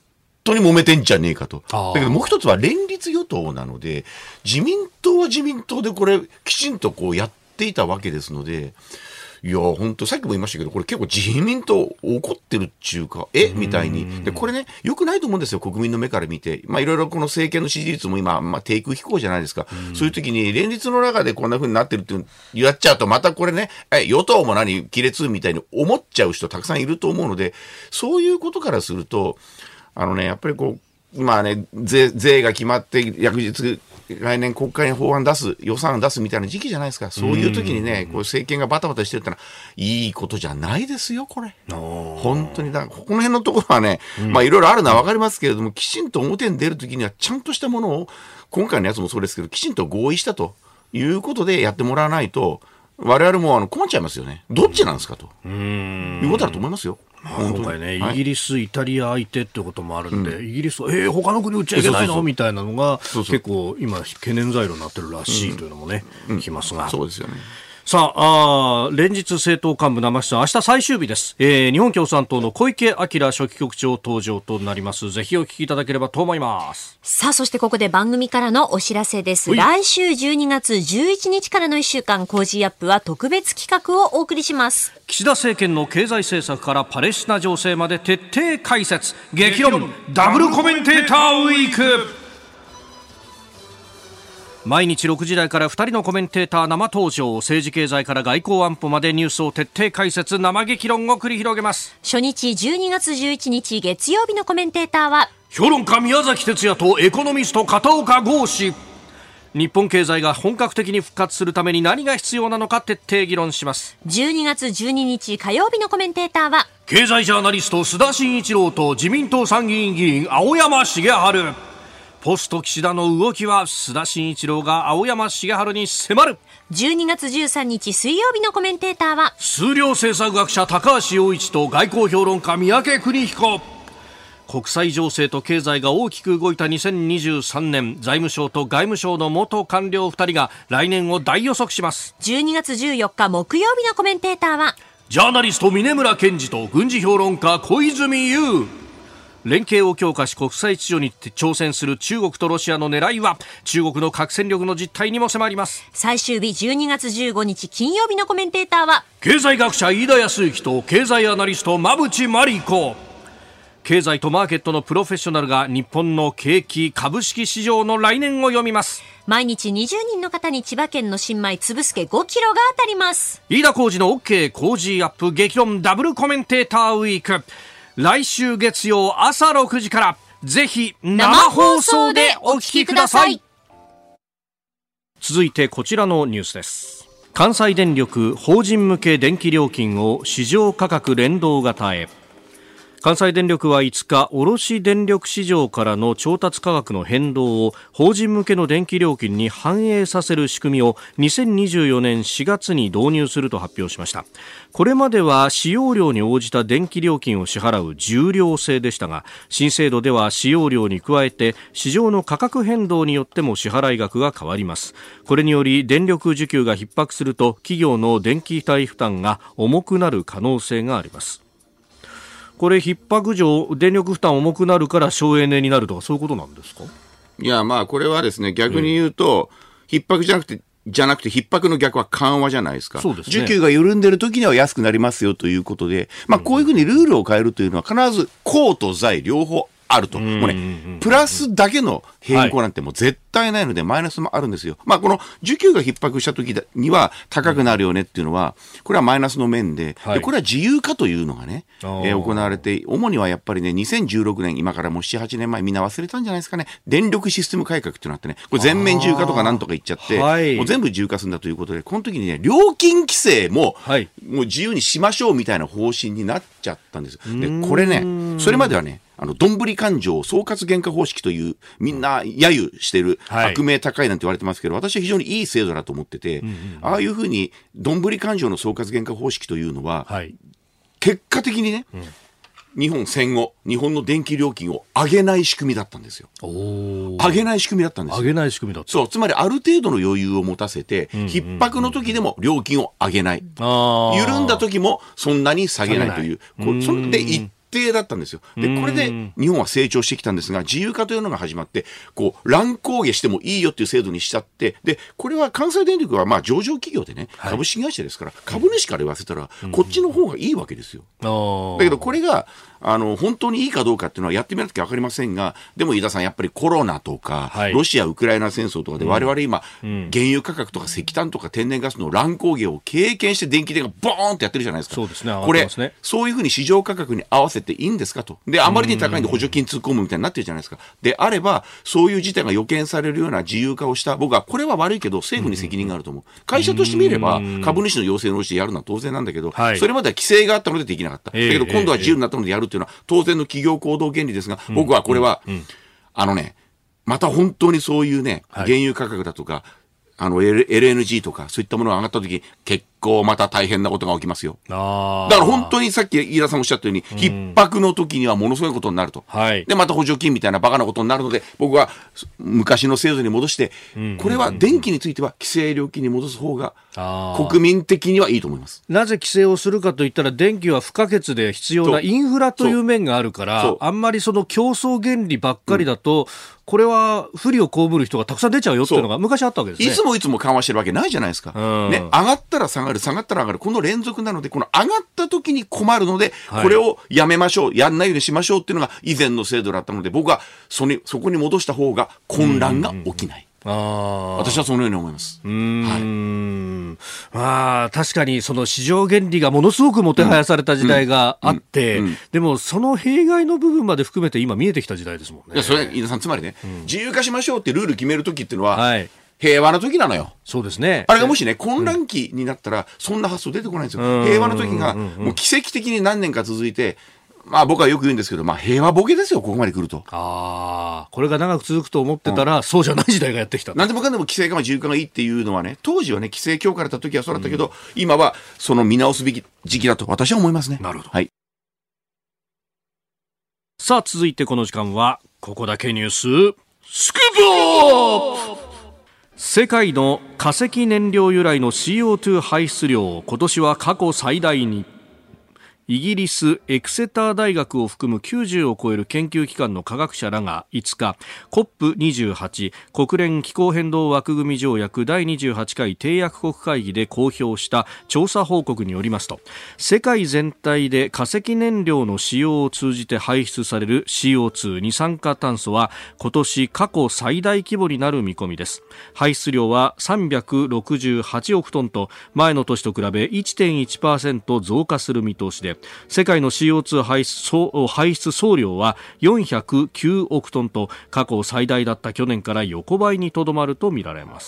当に揉めてんじゃねえかと。だけどもう一つは連立与党なので、自民党は自民党でこれきちんとこうやっていたわけですので、いや本当さっきも言いましたけど、これ結構自民党怒ってるっていうか、えみたいに。でこれね、良くないと思うんですよ、国民の目から見て。まあいろいろこの政権の支持率も今、まあ、低空飛行じゃないですか。そういう時に連立の中でこんな風になってるってやっちゃうと、またこれね、え与党も何亀裂みたいに思っちゃう人たくさんいると思うので、そういうことからすると、あのね、やっぱりこう今ね、税、税が決まって翌日来年国会に法案出す、予算出すみたいな時期じゃないですか。そういう時にね、こう政権がバタバタしてるってのはいいことじゃないですよ、これ。本当に。だからここの辺のところはね、うん、まあいろいろあるのはわかりますけれども、きちんと表に出る時にはちゃんとしたものを、今回のやつもそうですけど、きちんと合意したということでやってもらわないと、我々もあの困っちゃいますよね。どっちなんですかと。うーんいうことだと思いますよ。 まあ、今回ね、はい、イギリス、イタリア相手ってこともあるんで、うん、イギリスは、えー、他の国売っちゃいけないのみたいなのが、そうそう結構今、懸念材料になってるらしいというのもね、うん、聞きますが。 そうですよね。 さあ、あ連日政党幹部生出演、明日最終日です、えー、日本共産党の小池晃書記局長登場となります。ぜひお聞きいただければと思います。 さあ、そしてここで番組からのお知らせです。来週じゅうにがつじゅういちにちからのいっしゅうかん、コージーアップは特別企画をお送りします。 岸田政権の経済政策からパレスチナ情勢まで徹底解説、激論ダブルコメンテーターウィーク。毎日ろくじ台からふたりのコメンテーター生登場。政治経済から外交安保までニュースを徹底解説、生激論を繰り広げます。 初日じゅうにがつじゅういちにち月曜日のコメンテーターは評論家宮崎哲也とエコノミスト片岡剛志。日本経済が本格的に復活するために何が必要なのか徹底議論します。 じゅうにがつじゅうににち火曜日のコメンテーターは経済ジャーナリスト須田慎一郎と自民党参議院議員青山茂春。ポスト岸田の動きは、須田慎一郎が青山茂春に迫る。 じゅうにがつじゅうさんにち水曜日のコメンテーターは数量政策学者高橋洋一と外交評論家三宅邦彦。国際情勢と経済が大きく動いたにせんにじゅうさんねん、財務省と外務省の元官僚ふたりが来年を大予測します。 じゅうにがつじゅうよっか木曜日のコメンテーターはジャーナリスト峯村健二と軍事評論家小泉悠。連携を強化し国際秩序に挑戦する中国とロシアの狙いは。中国の核戦力の実態にも迫ります。 最終日じゅうにがつじゅうごにち金曜日のコメンテーターは経済学者飯田康之と経済アナリスト馬淵真理子。経済とマーケットのプロフェッショナルが日本の景気、株式市場の来年を読みます。 毎日にじゅうにんの方に千葉県の新米つぶすけごキロが当たります。 飯田浩司の OK 工事アップ激論ダブルコメンテーターウィーク。来週月曜朝ろくじからぜひ生放送でお聞きください。続いてこちらのニュースです。関西電力法人向け電気料金を市場価格連動型へ。関西電力はいつか卸電力市場からの調達価格の変動を法人向けの電気料金に反映させる仕組みをにせんにじゅうよねんしがつに導入すると発表しました。これまでは使用量に応じた電気料金を支払う重量制でしたが、新制度では使用量に加えて市場の価格変動によっても支払い額が変わります。これにより電力需給が逼迫すると企業の電気代負担が重くなる可能性があります。これ逼迫上電力負担重くなるから省エネになるとかそういうことなんですか。 いやまあこれはですね、逆に言うと、うん、逼迫じゃなくてじゃなくて逼迫の逆は緩和じゃないですか。 そうですね。 需給が緩んでる時には安くなりますよということで、まあこういうふうにルールを変えるというのは必ず功と財両方あると。もうね、プラスだけの変更なんてもう絶対ないので、マイナスもあるんですよ。まあこの需給が逼迫した時には高くなるよねっていうのは、これはマイナスの面で、でこれは自由化というのがね、えー、行われて、主にはやっぱりね、にせんじゅうろくねん、今からもうなな、はちねんまえみんな忘れたんじゃないですかね。電力システム改革っていうのがあってね、これ全面自由化とかなんとか言っちゃって、はい、もう全部自由化するんだということで、この時にね、料金規制も、はい、もう自由にしましょうみたいな方針になっちゃったんです。で、これね、それまではね、あの、どんぶり勘定総括原価方式という、みんな揶揄してる、悪名高いなんて言われてますけど、はい、私は非常にいい制度だと思ってて、うんうんうん、ああいうふうに、どんぶり勘定の総括原価方式というのは、はい、結果的にね、うん、日本戦後、日本の電気料金を上げない仕組みだったんですよ。お上げない仕組みだったんですよ。 上げない仕組みだった。 そう、つまりある程度の余裕を持たせて、うんうんうん、逼迫の時でも料金を上げない。あ緩んだ時もそんなに下げないという。こそれで一定定だったんですよ。で、これで日本は成長してきたんですが、自由化というのが始まって、こう、乱高下してもいいよっていう制度にしちゃって、で、これは関西電力はまあ上場企業でね、はい、株式会社ですから、株主から言わせたら、こっちの方がいいわけですよ。だけど、これが、あの本当にいいかどうかっていうのはやってみなきゃ分かりませんが、でも飯田さん、やっぱりコロナとか、はい、ロシア・ウクライナ戦争とかで我々今、うん、原油価格とか石炭とか天然ガスの乱高下を経験して電気代がボーンってやってるじゃないですか。 そうですね、 これそういうふうに市場価格に合わせていいんですかと。で、あまりに高いんで補助金突っ込むみたいになってるじゃないですか。であれば、そういう事態が予見されるような自由化をした、僕はこれは悪いけど政府に責任があると思う。会社としてみれば株主の要請のうちでやるのは当然なんだけど、はい、それまでは規制があったのでできなかった。だけど今度は自由になったのでやるっていうのは当然の企業行動原理ですが、僕はこれは、うんうんうん、あのね、また本当にそういうね、はい、原油価格だとか、あの エルエヌジー とかそういったものが上がったとき、結構また大変なことが起きますよ。あ、だから本当にさっき飯田さんおっしゃったように、うん、逼迫の時にはものすごいことになると、はい、でまた補助金みたいなバカなことになるので、僕は昔の制度に戻して、うんうんうんうん、これは電気については規制料金に戻す方が国民的にはいいと思います。 なぜ規制をするかといったら、電気は不可欠で必要なインフラという面があるから、あんまりその競争原理ばっかりだと、うん、これは不利を被る人がたくさん出ちゃうよっていうのが昔あったわけですね。 いつもいつも緩和してるわけないじゃないですか、うん、ね、上がったら下がる、下がったら上がる、この連続なので、この上がった時に困るので、はい、これをやめましょう、やんないようにしましょうっていうのが以前の制度だったので、僕はそにそこに戻した方が混乱が起きない、うんうんうん、あ、私はそのように思います。 うーん、はい、まあ、確かにその市場原理がものすごくもてはやされた時代があって、うんうんうん、でもその弊害の部分まで含めて今見えてきた時代ですもんね。 いや、それ飯田さん、つまりね、うん、自由化しましょうってルール決めるときっていうのは、はい、平和な時なのよ。 そうですね。 あれがもしね、混乱期になったら、そんな発想出てこないんですよ。うん、平和な時が、もう奇跡的に何年か続いて、まあ僕はよく言うんですけど、まあ平和ボケですよ、ここまで来ると。 ああ、これが長く続くと思ってたら、うん、そうじゃない時代がやってきた。 何でもかんでも規制か自由化がいいっていうのはね、当時はね、規制強化だった時はそうだったけど、うん、今はその見直すべき時期だと私は思いますね。 なるほど。 はい。 さあ、続いてこの時間は、ここだけニュース、スクープアップ！世界の化石燃料由来の シーオーツー 排出量、今年は過去最大に。イギリスエクセター大学を含むきゅうじゅうを超える研究機関の科学者らがいつか コップにじゅうはち 国連気候変動枠組条約だいにじゅうはちかい締約国会議で公表した調査報告によりますと、世界全体で化石燃料の使用を通じて排出される シーオーツー 二酸化炭素は今年過去最大規模になる見込みです。排出量はさんびゃくろくじゅうはちおくトンと前の年と比べ いってんいちパーセント 増加する見通しで、世界の シーオーツー 排出、排出総量はよんひゃくきゅうおくトンと過去最大だった去年から横ばいにとどまるとみられます。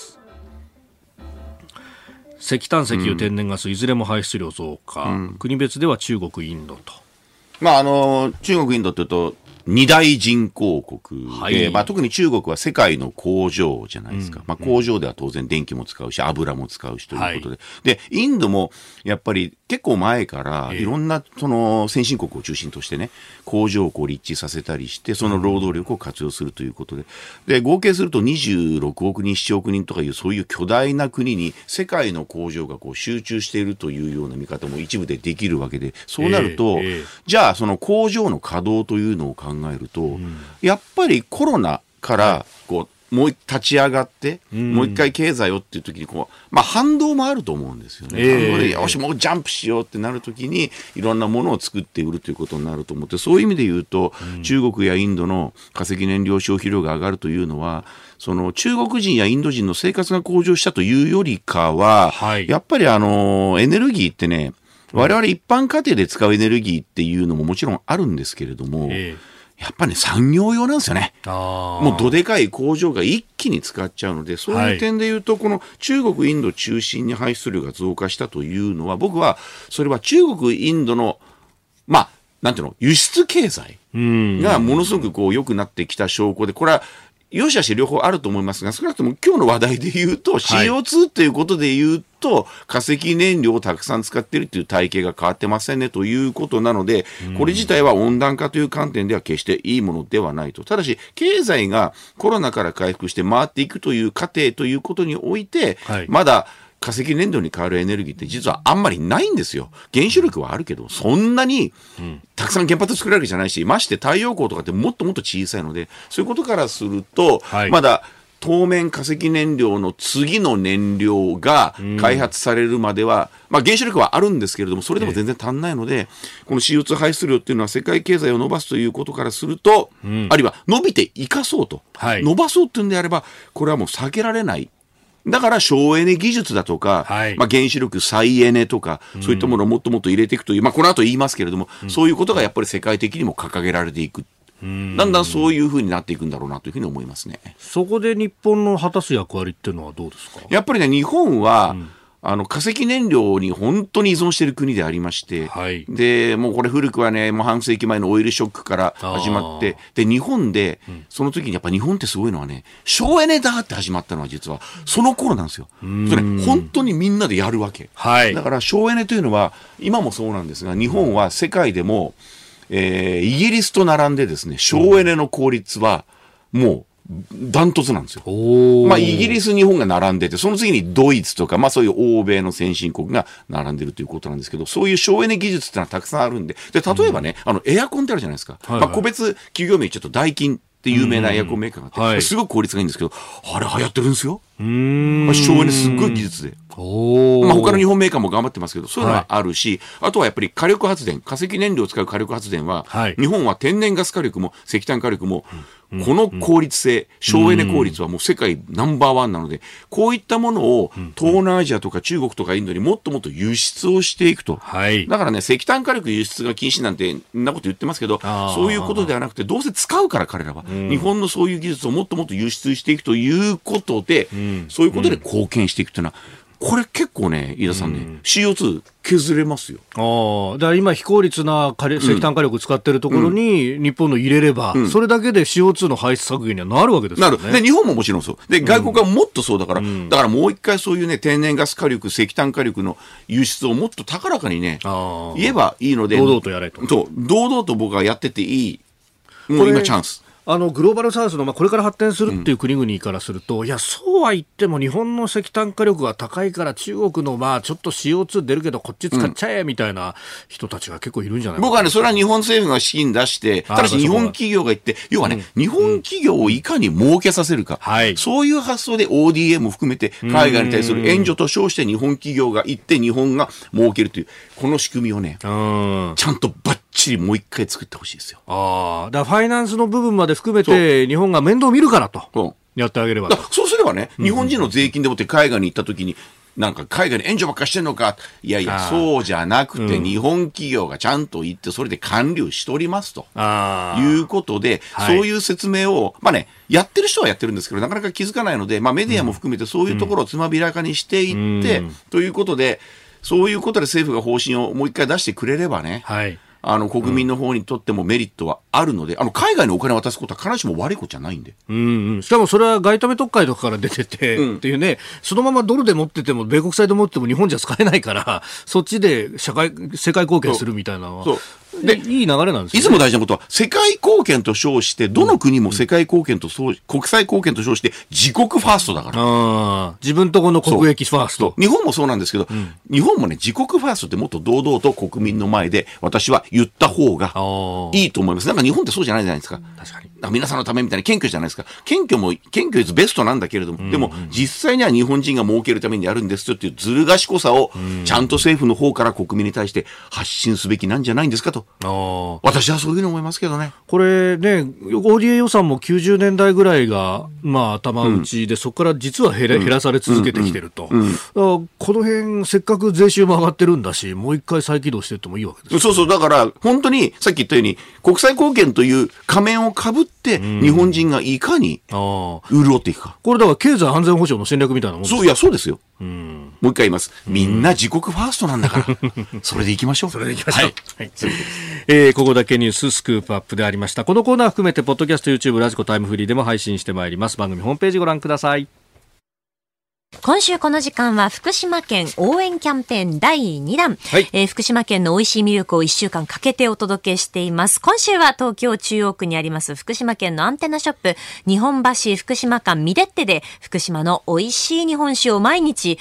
石炭、石油、天然ガス、いずれも排出量増加、うん、国別では中国、インドと、 まあ、あの中国、インドというと二大人口国で、はい、まあ、特に中国は世界の工場じゃないですか、うん、まあ、工場では当然電気も使うし油も使うしということで、はい、でインドもやっぱり結構前からいろんなその先進国を中心としてね、工場をこう立地させたりしてその労働力を活用するということで、で合計するとにじゅうろくおくにん、ななおくにんとかいうそういう巨大な国に世界の工場がこう集中しているというような見方も一部でできるわけで、そうなると、えーえー、じゃあその工場の稼働というのを考えると、うん、やっぱりコロナからこうもう立ち上がって、うん、もう一回経済をっていう時にこう、まあ、反動もあると思うんですよね、えー、反動でよしもうジャンプしようってなる時にいろんなものを作って売るということになると思って、そういう意味で言うと、うん、中国やインドの化石燃料消費量が上がるというのはその中国人やインド人の生活が向上したというよりかは、はい、やっぱりあのエネルギーってね、我々一般家庭で使うエネルギーっていうのももちろんあるんですけれども、えーやっぱりね、産業用なんですよね。あもうどでかい工場が一気に使っちゃうので、そういう点で言うと、はい、この中国、インド中心に排出量が増加したというのは、僕はそれは中国、インドの、まあ、なんていうの、輸出経済がものすごくこう良くなってきた証拠で、これは、よしあし両方あると思いますが、少なくとも今日の話題で言うと、シーオーツー ということで言うと、化石燃料をたくさん使っているという体系が変わってませんねということなので、これ自体は温暖化という観点では決していいものではないと。ただし、経済がコロナから回復して回っていくという過程ということにおいて、はい、まだ化石燃料に変わるエネルギーって実はあんまりないんですよ。原子力はあるけど、そんなにたくさん原発作れるわけじゃないし、まして太陽光とかってもっともっと小さいので、そういうことからすると、はい、まだ当面化石燃料の次の燃料が開発されるまでは、うん、まあ原子力はあるんですけれども、それでも全然足んないので、この シーオーツー 排出量っていうのは世界経済を伸ばすということからすると、うん、あるいは伸びて生かそうと、はい、伸ばそうっていうんであれば、これはもう避けられない。だから省エネ技術だとか、はい、まあ、原子力再エネとか、うん、そういったものをもっともっと入れていくという、まあ、この後言いますけれども、うん、そういうことがやっぱり世界的にも掲げられていく。うん、だんだんそういうふうになっていくんだろうなというふうに思いますね。 そこで日本の果たす役割っていうのはどうですか？ やっぱりね、日本は、うん、あの化石燃料に本当に依存している国でありまして、はい、でもうこれ古くはね、もう半世紀前のオイルショックから始まって、で日本で、うん、その時にやっぱ日本ってすごいのはね、省エネだって始まったのは実はその頃なんですよ。それ本当にみんなでやるわけ、はい、だから省エネというのは今もそうなんですが、日本は世界でも、えー、イギリスと並んでですね、省エネの効率はもうダントツなんですよ。まあ、イギリス、日本が並んでて、その次にドイツとか、まあそういう欧米の先進国が並んでるということなんですけど、そういう省エネ技術ってのはたくさんあるんで、で、例えばね、うん、あの、エアコンってあるじゃないですか。はいはい、まあ、個別企業名ちょっとダイキンって有名なエアコンメーカーがあって、うん、はい、すごく効率がいいんですけど、あれ流行ってるんですよ。うーん、まあ、省エネすっごい技術で。おまあ、他の日本メーカーも頑張ってますけど、そういうのはあるし、はい、あとはやっぱり火力発電、化石燃料を使う火力発電は、はい、日本は天然ガス火力も石炭火力も、うん、この効率性、うん、省エネ効率はもう世界ナンバーワンなので、こういったものを東南アジアとか中国とかインドにもっともっと輸出をしていくと。はい、だからね、石炭火力輸出が禁止なんてんなこと言ってますけど、そういうことではなくて、どうせ使うから彼らは、うん、日本のそういう技術をもっともっと輸出していくということで、うん、そういうことで貢献していくというのは、これ結構ね、飯田さんね、うん、シーオーツー 削れますよ。 ああ、だから今非効率な石炭火力使ってるところに日本の入れれば、うん、それだけで シーオーツー の排出削減にはなるわけですよね。 なる。で、日本ももちろんそう。で、外国はもっとそうだから、うん、だからもう一回そういうね、天然ガス火力、石炭火力の輸出をもっと高らかにね、言えばいいので、 堂々とやれと。 そう、堂々と僕はやってていい。もう今チャンス。 あのグローバルサウスの、まあ、これから発展するっていう国々からすると、うん、いやそうは言っても日本の石炭火力が高いから中国のまあちょっと シーオーツー 出るけどこっち使っちゃえみたいな人たちが結構いるんじゃないかな。 僕はね、それは日本政府が資金出して、ただし日本企業が言って、要はね、うん、日本企業をいかに儲けさせるか、うん、そういう発想で オーディーエー も含めて海外に対する援助と称して日本企業が行って日本が儲けるというこの仕組みをね、ちゃんとバッチリもう一回作ってほしいですよ。 ああ、だからファイナンスの部分まで含めて日本が面倒見るからとやってあげればと。 そうすればね、日本人の税金でもって海外に行った時に、なんか海外に援助ばっかしてんのか、いやいやそうじゃなくて、うん、日本企業がちゃんと行ってそれで還流しておりますということで、はい、そういう説明をまあね、やってる人はやってるんですけどなかなか気づかないので、まあ、メディアも含めてそういうところをつまびらかにしていって、うん、ということでそういうことで政府が方針をもう一回出してくれればね、はい、あの国民の方にとってもメリットはあるので、うん、あの海外にお金を渡すことは必ずしも悪いことじゃないんで、 うんうん、しかもそれは外為特会とかから出てて、うん、っていうね、そのままドルで持ってても米国債で持ってても日本じゃ使えないからそっちで社会世界貢献するみたいなのはそうでいい流れなんですよね。 いつも大事なことは世界貢献と称してどの国も世界貢献と、うん、国際貢献と称して自国ファーストだから、 あ自分とこの国益ファースト。 日本もそうなんですけど、うん、日本もね自国ファーストってもっと堂々と国民の前で私は言った方がいいと思います。なんか日本ってそうじゃないじゃないですか。確かに皆さんのためみたいな謙虚じゃないですか。謙虚も謙虚isベストなんだけれども、うんうん、でも実際には日本人が儲けるためにやるんですよっていうずる賢さをちゃんと政府の方から国民に対して発信すべきなんじゃないんですかと、あ私はそういうふうに思いますけどね。 これね オーディーエー 予算もきゅうじゅうねんだいぐらいが、まあ、頭打ちで、うん、そこから実は減ら、減らされ続けてきてると、うんうんうん、この辺せっかく税収も上がってるんだしもう一回再起動していってもいいわけです、ね、 そうそうだから本当にさっき言ったように国際貢献という仮面をかぶって日本人がいかに潤っていくか、 これだから経済安全保障の戦略みたいなもんですか。 そういやそうですよ、うん、もう一回言います。みんな自国ファーストなんだからそれでいきましょう。 それでいきましょう、はいはい、えー、ここだけニューススクープアップでありました。このコーナー含めてポッドキャスト YouTube ラジコタイムフリーでも配信してまいります。番組ホームページご覧ください。 今週この時間は福島県応援キャンペーンだいにだん、はい、えー、福島県の美味しいミルクをいっしゅうかんかけてお届けしています。今週は東京中央区にあります福島県のアンテナショップ日本橋福島館ミデッテで福島の美味しい日本酒を毎日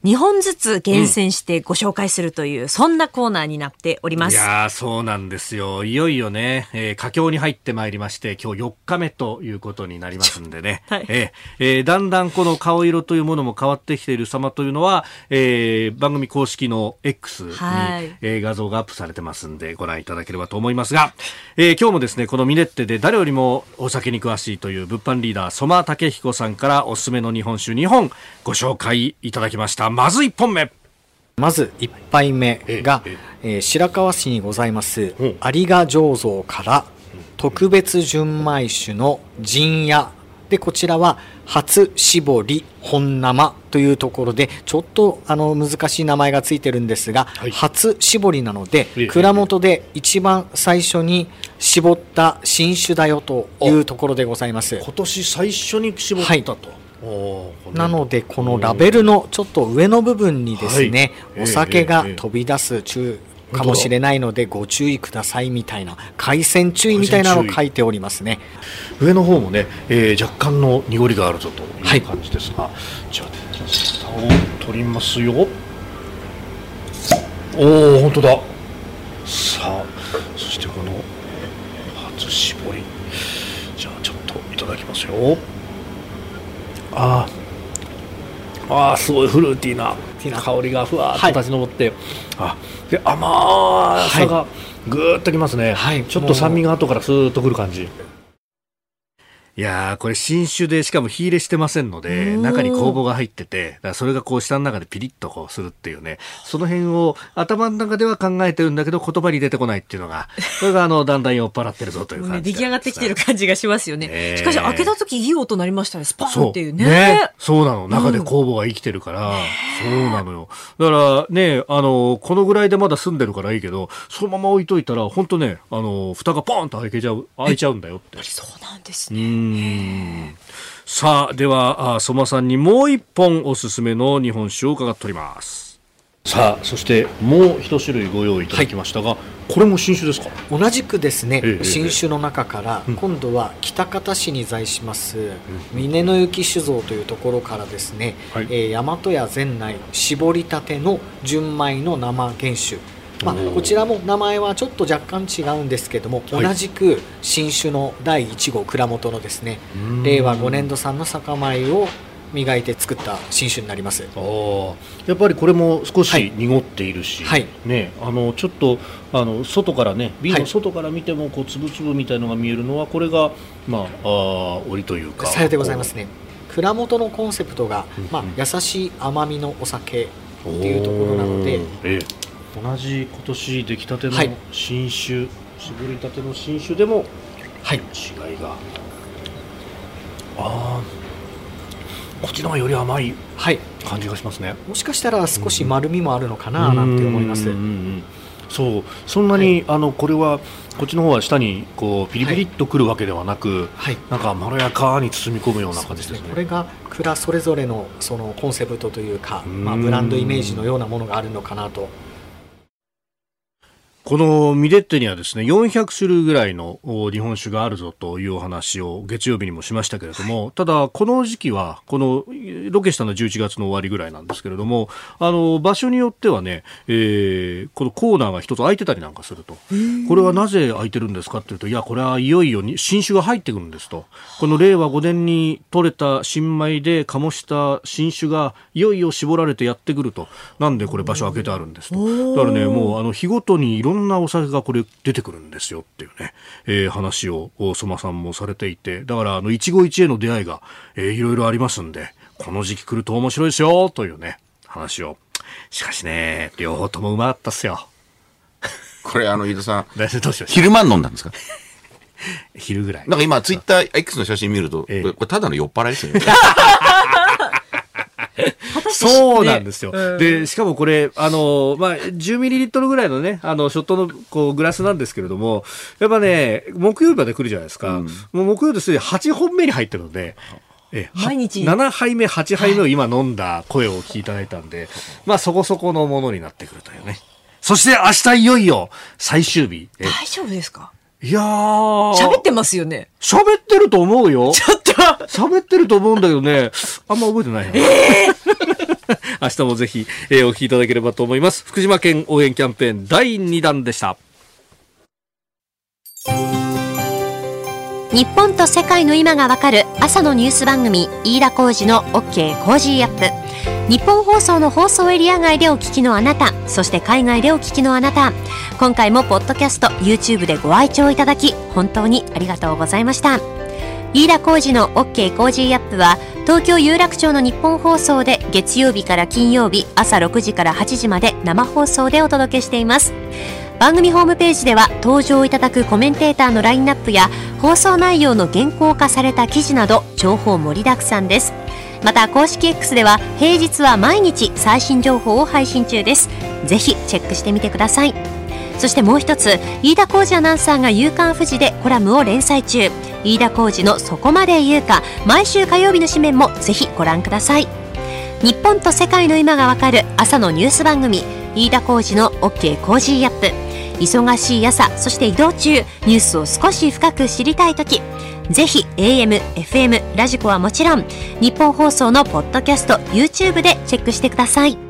にほんずつ厳選してご紹介するという、うん、そんなコーナーになっております。 いやー、そうなんですよ。いよいよね、えー、佳境に入ってまいりまして、今日よっかめということになりますんでね、はい、えーえー、だんだんこの顔色というものも変わってきている様というのは、えー、番組公式の X に、はい、えー、画像がアップされてますんでご覧いただければと思いますが、えー、今日もですね、このミネッテで誰よりもお酒に詳しいという物販リーダー曽間武彦さんからおすすめの日本酒にほんご紹介いただきました。まずいっぽんめ、 まずいっぱいめが、えええー、白河市にございます有賀醸造から特別純米酒の陣屋で、こちらは初搾り本生というところで、ちょっとあの難しい名前がついてるんですが、はい、初搾りなので、ええ、蔵元で一番最初に絞った新酒だよというところでございます。 今年最初に絞ったと、はい、 なのでこのラベルのちょっと上の部分にですね、はい、お酒が飛び出す注かもしれないのでご注意くださいみたいな、海鮮注意みたいなのを書いておりますね。 上の方もね、えー、若干の濁りがあるぞという感じですが、はい、じゃあ蓋を取りますよ。おお、本当だ。さあ、そしてこの初搾り、じゃあちょっといただきますよ。あああ、すごいフルーティーな香りがふわっと立ち上って、はい、あで甘さがぐーっときますね、はい、ちょっと酸味が後からスーッとくる感じ。いやー、これ新酒でしかも火入れしてませんので、中に酵母が入ってて、だからそれがこう舌の中でピリッとこうするっていうね、その辺を頭の中では考えてるんだけど言葉に出てこないっていうのが、これがあのだんだん酔っ払ってるぞという感じ、 ね、出来上がってきてる感じがしますよね、えー、しかし開けた時いい音鳴りましたね、スパーンっていうね。 そうね、そうなの、中で酵母が生きてるから、うん、そうなのよ。だからね、あのこのぐらいでまだ済んでるからいいけど、そのまま置いといたら本当ね、あの蓋がポーンと開けちゃう開いちゃうんだよって。 そうなんですね。 うんさあ、では曽間さんにもう一本おすすめの日本酒を伺っております。さあ、そしてもう一種類ご用意いただきましたが、はい、これも新酒ですか？ 同じくですね、ええ、新酒の中から、うん、今度は喜多方市に在します峰の雪酒造というところからですね、はい、えー、大和屋全内搾りたての純米の生原酒、まあ、こちらも名前はちょっと若干違うんですけども、はい、同じく新酒のだいいち号蔵元のですね、れいわごねんど産の酒米を磨いて作った新酒になります。 あ、やっぱりこれも少し濁っているし、はいね、あのちょっとあの外からね、瓶の外から見てもこう粒々みたいのが見えるのは、これが、まあ、あ織というかさようでございますね。蔵元のコンセプトが、うんうん、まあ、優しい甘みのお酒っていうところなので、 ええ、同じ今年出来たての新酒、はい、搾りたての新酒でも、はい、違いが、あこっちの方がより甘い感じがしますね、はい、 もしかしたら少し丸みもあるのかななんて思います。 うんうんうん、そう、そんなに、はい、あのこれはこっちの方は下にこうピリピリっとくるわけではなく、はい、なんかまろやかに包み込むような感じですね。 これが蔵それぞれのそのコンセプトというか、まあ、ブランドイメージのようなものがあるのかなと。 このミレッテにはですね、よんひゃくしゅるいぐらいの日本酒があるぞというお話を月曜日にもしましたけれども、はい、ただこの時期はこのロケしたのはじゅういちがつの終わりぐらいなんですけれども、あの場所によってはね、えー、このコーナーが一つ空いてたりなんかすると、これはなぜ空いてるんですかっていうと、いやこれはいよいよに新酒が入ってくるんですと、このれいわごねんに取れた新米で醸した新酒がいよいよ絞られてやってくると、なんでこれ場所空けてあるんですと。だからね、もうあの日ごとにいろんないろんなお酒がこれ出てくるんですよっていうね、えー、話を曽間さんもされていて、だからあの一期一会の出会いが、えー、いろいろありますんで、この時期来ると面白いですよというね話を。しかしね、両方ともうまかったっすよ。 これあの飯田さんどうしました？ 昼間飲んだんですか？ 昼ぐらい。 なんか今ツイッター X の写真見ると、えー、これただの酔っ払いですよね。 そうなんですよ、ね、でしかもこれあの、まあ、じゅうミリリットルぐらいのねあのショットのこうグラスなんですけれども、やっぱね木曜日まで来るじゃないですか、うん、もう木曜日ですでにはちほんめに入ってるので、え毎日ななはいめはちはいめを今飲んだ声をお聞きいただいたんで、はい、まあそこそこのものになってくるというね。そして明日いよいよ最終日。 大丈夫ですか？ いやー喋ってますよね。 喋ってると思うよ。 ちょっと喋ってると思うんだけどね、あんま覚えてないな。えー明日もぜひ、えー、お聞きいただければと思います。福島県応援キャンペーンだいにだんでした。 日本と世界の今がわかる朝のニュース番組、飯田浩司の OK コージーアップ。日本放送の放送エリア外でお聞きのあなた、そして海外でお聞きのあなた、今回もポッドキャスト YouTube でご愛聴いただき本当にありがとうございました。飯田浩司の OK コージーアップは東京有楽町の日本放送で月曜日から金曜日朝ろくじからはちじまで生放送でお届けしています。番組ホームページでは登場いただくコメンテーターのラインナップや放送内容の原稿化された記事など情報盛りだくさんです。また公式 X では平日は毎日最新情報を配信中です。ぜひチェックしてみてください。そしてもう一つ、飯田浩司アナウンサーが夕刊フジでコラムを連載中、飯田浩司のそこまで言うか、毎週火曜日の紙面もぜひご覧ください。日本と世界の今がわかる朝のニュース番組、飯田浩司の OK コージーアップ。忙しい朝、そして移動中、ニュースを少し深く知りたいとき、ぜひ エーエム、エフエム、ラジコはもちろん日本放送のポッドキャスト YouTube でチェックしてください。